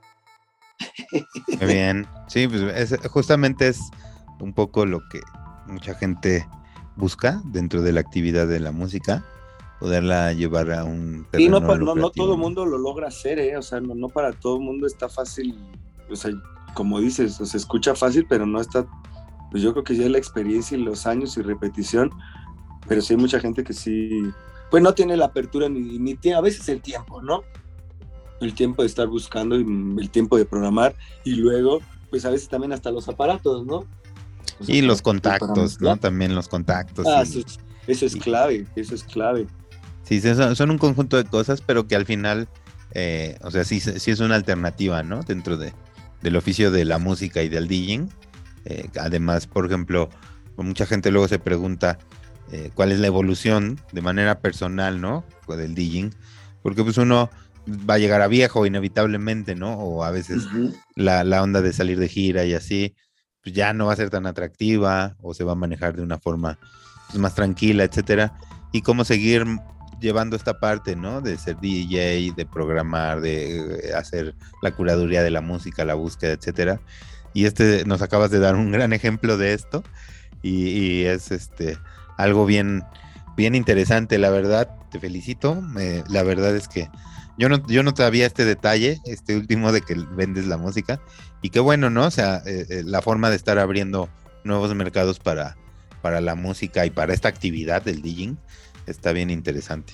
Muy bien. Sí, pues es, justamente es un poco lo que mucha gente busca dentro de la actividad de la música, poderla llevar a un terreno Y no, no, no todo el ¿no? mundo lo logra hacer, ¿eh? O sea, no, no para todo el mundo está fácil. O sea, como dices, o se escucha fácil, pero no está. Pues yo creo que ya es la experiencia y los años y repetición. Pero sí hay mucha gente que sí, pues no tiene la apertura ni, ni tiene a veces el tiempo, ¿no? El tiempo de estar buscando y el tiempo de programar, y luego, pues a veces también hasta los aparatos, ¿no? Los y los aparatos contactos, ¿no? También los contactos. Ah, y, eso, es, eso es y, clave, eso es clave. Sí, son, son un conjunto de cosas, pero que al final, eh, o sea, sí, sí es una alternativa, ¿no? Dentro de, del oficio de la música y del DJing. Eh, además, por ejemplo, mucha gente luego se pregunta, Eh, cuál es la evolución de manera personal, ¿no? Del DJing, porque pues uno va a llegar a viejo inevitablemente, ¿no? O a veces uh-huh. la, la onda de salir de gira y así, pues ya no va a ser tan atractiva, o se va a manejar de una forma pues, más tranquila, etcétera. Y cómo seguir llevando esta parte, ¿no? De ser D J, de programar, de hacer la curaduría de la música, la búsqueda, etcétera. Y este, nos acabas de dar un gran ejemplo de esto, y, y es este... algo bien, bien interesante, la verdad, te felicito. Eh, la verdad es que yo no, yo no sabía este detalle, este último de que vendes la música, y qué bueno, ¿no? O sea, eh, eh, la forma de estar abriendo nuevos mercados para, para la música y para esta actividad del DJing está bien interesante.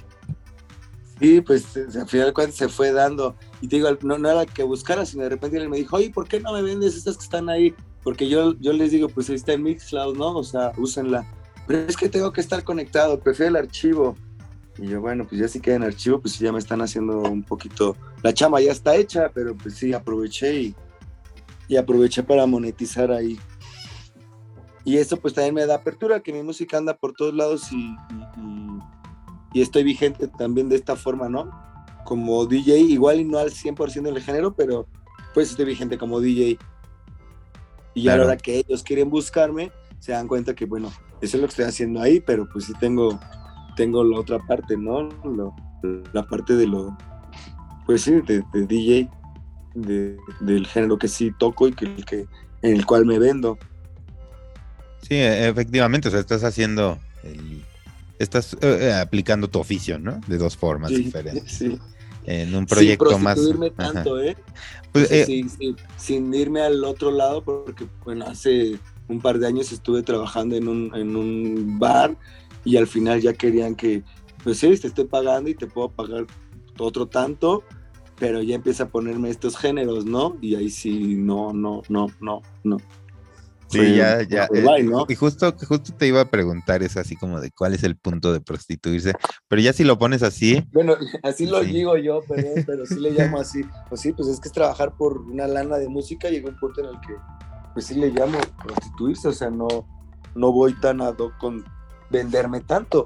Sí, pues al final de cuentas se fue dando, y te digo, no, no era que buscara, sino de repente él me dijo, oye, ¿por qué no me vendes estas que están ahí? Porque yo, yo les digo, pues ahí está en Mixcloud, ¿no? O sea, úsenla. Pero es que tengo que estar conectado, prefiero el archivo. Y yo, bueno, pues ya sí queda en archivo, pues sí ya me están haciendo un poquito, la chamba ya está hecha, pero pues sí aproveché y, y aproveché para monetizar ahí. Y eso pues también me da apertura, que mi música anda por todos lados, y, y, y estoy vigente también de esta forma, ¿no? Como D J, igual y no al cien por ciento del género, pero pues estoy vigente como D J. Y claro. Ahora que ellos quieren buscarme, se dan cuenta que, bueno, eso es lo que estoy haciendo ahí, pero pues sí tengo, tengo la otra parte, ¿no? Lo, la parte de lo, pues sí, de, de D J, de, del género que sí toco y que, el que, en el cual me vendo. Sí, efectivamente, o sea, estás haciendo, el, estás eh, aplicando tu oficio, ¿no? De dos formas Sí, diferentes. sí. En un Sin proyecto más... prostituirme Ajá. tanto, ¿eh? Pues, O sea, eh, sí, sí, sin irme al otro lado, porque bueno, hace un par de años estuve trabajando en un, en un bar y al final ya querían que, pues sí, te estoy pagando y te puedo pagar otro tanto, pero ya empieza a ponerme estos géneros, ¿no? Y ahí sí, no, no, no, no, no. sí, Fue ya, ya. mejor eh, bye, y ¿no? ju- y justo, justo te iba a preguntar eso, así como de cuál es el punto de prostituirse, pero ya si lo pones así, Bueno, así lo sí. digo yo, perdón, pero sí le llamo así. Pues sí, pues es que es trabajar por una lana de música y llega un punto en el que, pues sí le llamo prostituirse, o sea, no, no voy tan ad hoc con venderme tanto.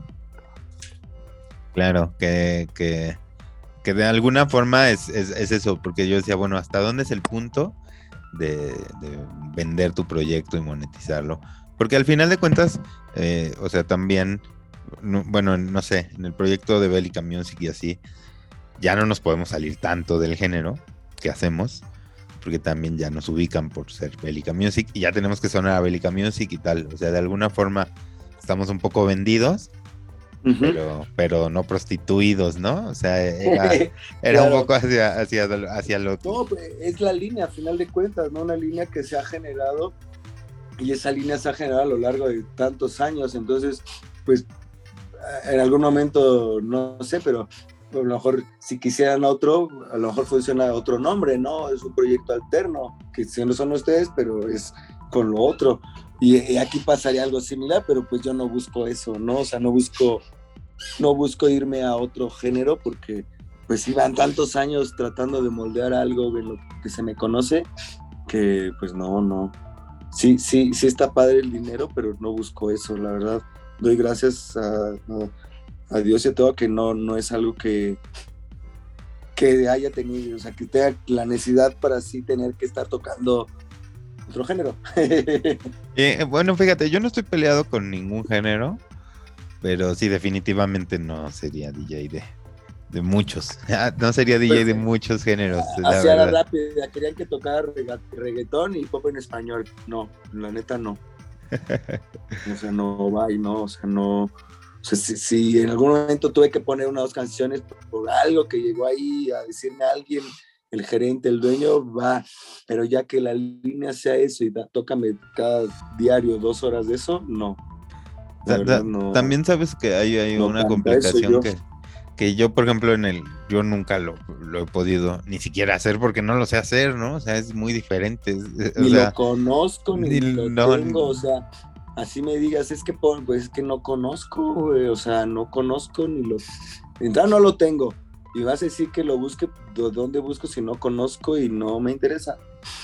Claro, que, que, que de alguna forma es, es, es eso, porque yo decía, bueno, ¿hasta dónde es el punto de, de vender tu proyecto y monetizarlo? Porque al final de cuentas, eh, o sea, también, no, bueno, no sé, en el proyecto de Bélica Music y así, ya no nos podemos salir tanto del género que hacemos, porque también ya nos ubican por ser Bélica Music y ya tenemos que sonar a Bélica Music y tal, o sea, de alguna forma estamos un poco vendidos, Uh-huh. pero, pero no prostituidos, ¿no? O sea, era, era Claro. un poco hacia, hacia, hacia lo que... No, pues es la línea, a final de cuentas, ¿no? Una línea que se ha generado y esa línea se ha generado a lo largo de tantos años, entonces, pues, en algún momento, no sé, pero a lo mejor si quisieran otro, a lo mejor funciona otro nombre, ¿no? Es un proyecto alterno, que si no son ustedes, pero es con lo otro. Y, y aquí pasaría algo similar, pero pues yo no busco eso, ¿no? O sea, no busco, no busco irme a otro género porque pues iban tantos años tratando de moldear algo en lo que se me conoce, que pues no, no. Sí, sí, sí está padre el dinero, pero no busco eso, la verdad. Doy gracias a, a, a Dios y a todo que no, no es algo que, que haya tenido, o sea, que tenga la necesidad para así tener que estar tocando otro género. eh, bueno, fíjate, yo no estoy peleado con ningún género, pero sí, definitivamente no sería D J de, de muchos. No sería D J Pues, de muchos géneros, la así a la verdad. rápida, querían que tocara reggaetón y pop en español. No, la neta no. O sea, no va y no, o sea, no. O sea, si, si en algún momento tuve que poner una o dos canciones por, por algo que llegó ahí a decirme a alguien, el gerente, el dueño, va. Pero ya que la línea sea eso y da, tócame cada diario dos horas de eso, no. La Da, verdad da, no. También sabes que hay, hay No una canta eso complicación yo. que, que yo, por ejemplo, en el, yo nunca lo, lo he podido ni siquiera hacer porque no lo sé hacer, ¿no? O sea, es muy diferente. Es, Ni o sea, lo conozco, ni, ni, lo no, tengo, o sea, así me digas, es que pues es que no conozco, güey, o sea, no conozco ni lo. Entonces no lo tengo. Y vas a decir que lo busque, ¿dónde busco si no conozco y no me interesa?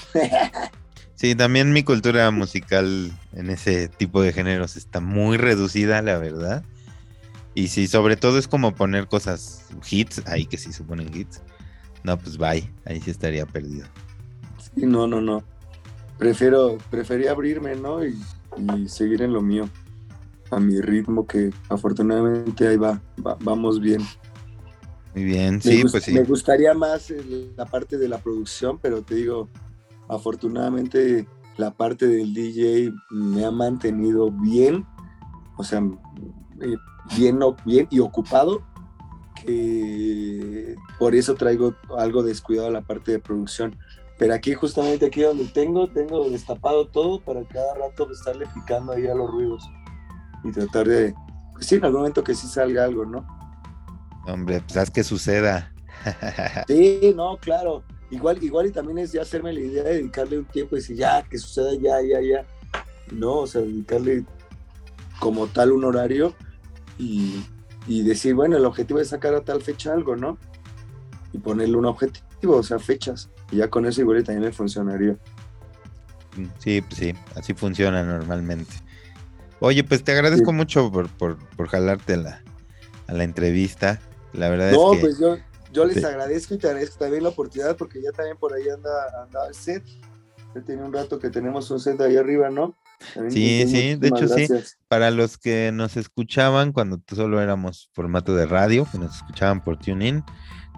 sí, también mi cultura musical en ese tipo de géneros está muy reducida, la verdad. Y sí, sobre todo es como poner cosas, hits, ahí que sí se ponen hits. No, pues bye, ahí sí estaría perdido. Sí, no, no, no. Prefiero, prefería abrirme, ¿no? Y, y seguir en lo mío, a mi ritmo, que afortunadamente ahí va, va vamos bien. Muy bien, Me, sí, gust- pues sí. me gustaría más el- la parte de la producción, pero te digo, afortunadamente la parte del D J me ha mantenido bien, o sea, eh, bien, o- bien y ocupado, que por eso traigo algo descuidado a la parte de producción. Pero aquí, justamente aquí donde tengo, tengo destapado todo para cada rato estarle picando ahí a los ruidos y tratar de, pues sí, en algún momento que sí salga algo, ¿no? Hombre, pues haz que suceda. Sí, no, claro. Igual, igual y también es ya hacerme la idea de dedicarle un tiempo y decir, ya, que suceda ya, ya, ya. No, o sea, dedicarle como tal un horario y, y decir, bueno, el objetivo es sacar a tal fecha algo, ¿no? Y ponerle un objetivo, o sea, fechas. Y ya con eso igual y también me funcionaría. Sí, pues sí, así funciona normalmente. Oye, pues te Sí. agradezco mucho por, por, por jalarte a la, a la entrevista. La verdad No, es que... pues yo, yo les te- agradezco y te agradezco también la oportunidad porque ya también por ahí anda, anda el set. Ya tiene un rato que tenemos un set ahí arriba, ¿no? También, Sí, entonces, sí, de muchísimas hecho sí. gracias. Para los que nos escuchaban cuando solo éramos formato de radio, que nos escuchaban por TuneIn,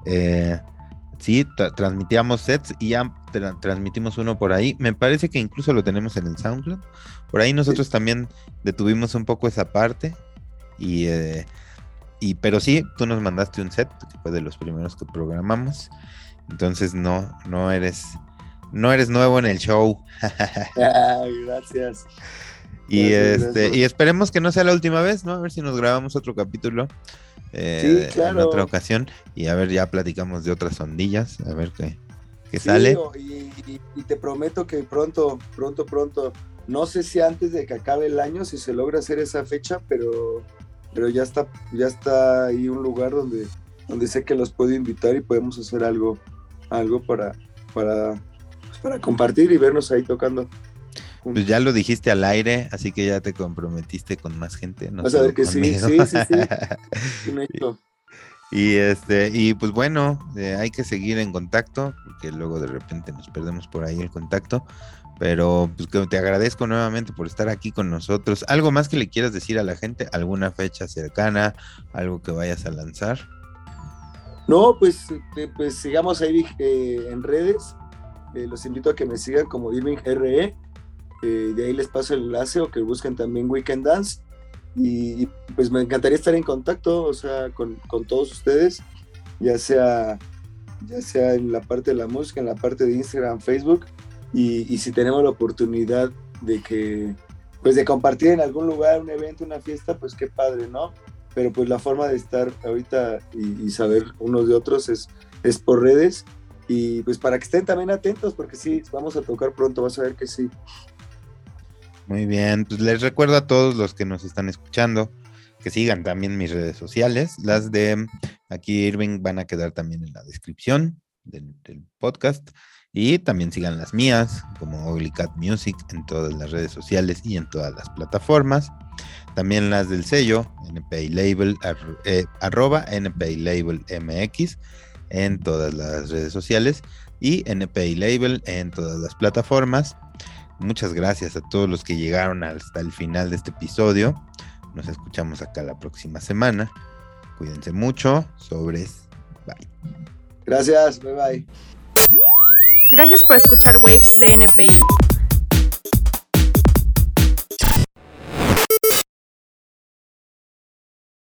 Eh, sí, tra- transmitíamos sets y ya tra- transmitimos uno por ahí. Me parece que incluso lo tenemos en el SoundCloud. Por ahí nosotros Sí. también detuvimos un poco esa parte. Y, eh, y pero sí, tú nos mandaste un set que fue de los primeros que programamos. Entonces no, no eres, no eres nuevo en el show. Ay, gracias. Y Gracias, este, gracias. y esperemos que no sea la última vez, ¿no? A ver si nos grabamos otro capítulo Sí, eh, en otra claro. ocasión. Y a ver, ya platicamos de otras ondillas, a ver qué, qué Sí, sale. o- y, y- y te prometo que pronto, pronto, pronto, no sé si antes de que acabe el año, si se logra hacer esa fecha, pero, pero ya está, ya está ahí un lugar donde, donde sé que los puedo invitar y podemos hacer algo, algo para, para, pues, para compartir y vernos ahí tocando Pues juntos. ya lo dijiste al aire, así que ya te comprometiste con más gente, no Vas a solo ver que sí, conmigo. sí, sí, sí, un hecho. Y este, y pues bueno, eh, hay que seguir en contacto, porque luego de repente nos perdemos por ahí el contacto. Pero pues que te agradezco nuevamente por estar aquí con nosotros. ¿Algo más que le quieras decir a la gente? ¿Alguna fecha cercana? ¿Algo que vayas a lanzar? No, pues, eh, pues sigamos ahí eh, en redes. Eh, los invito a que me sigan como Irving R E. Eh, de ahí les paso el enlace o que busquen también Weekend Dance. Y, y, pues me encantaría estar en contacto, o sea, con, con todos ustedes, ya sea, ya sea en la parte de la música, en la parte de Instagram, Facebook. Y, y si tenemos la oportunidad de que, pues de compartir en algún lugar, un evento, una fiesta, pues qué padre, ¿no? Pero pues la forma de estar ahorita y, y saber unos de otros es, es por redes. Y pues para que estén también atentos, porque sí, vamos a tocar pronto, vas a ver que sí. Muy bien, pues les recuerdo a todos los que nos están escuchando que sigan también mis redes sociales. Las de aquí Irving van a quedar también en la descripción del, del podcast. Y también sigan las mías, como Ugly Cat Music, en todas las redes sociales y en todas las plataformas. También las del sello, N P I Label, ar, eh, arroba N P I Label M X, en todas las redes sociales. Y N P I Label en todas las plataformas. Muchas gracias a todos los que llegaron hasta el final de este episodio. Nos escuchamos acá la próxima semana. Cuídense mucho. Sobres. Bye. Gracias, bye bye. Gracias por escuchar Waves de N P I.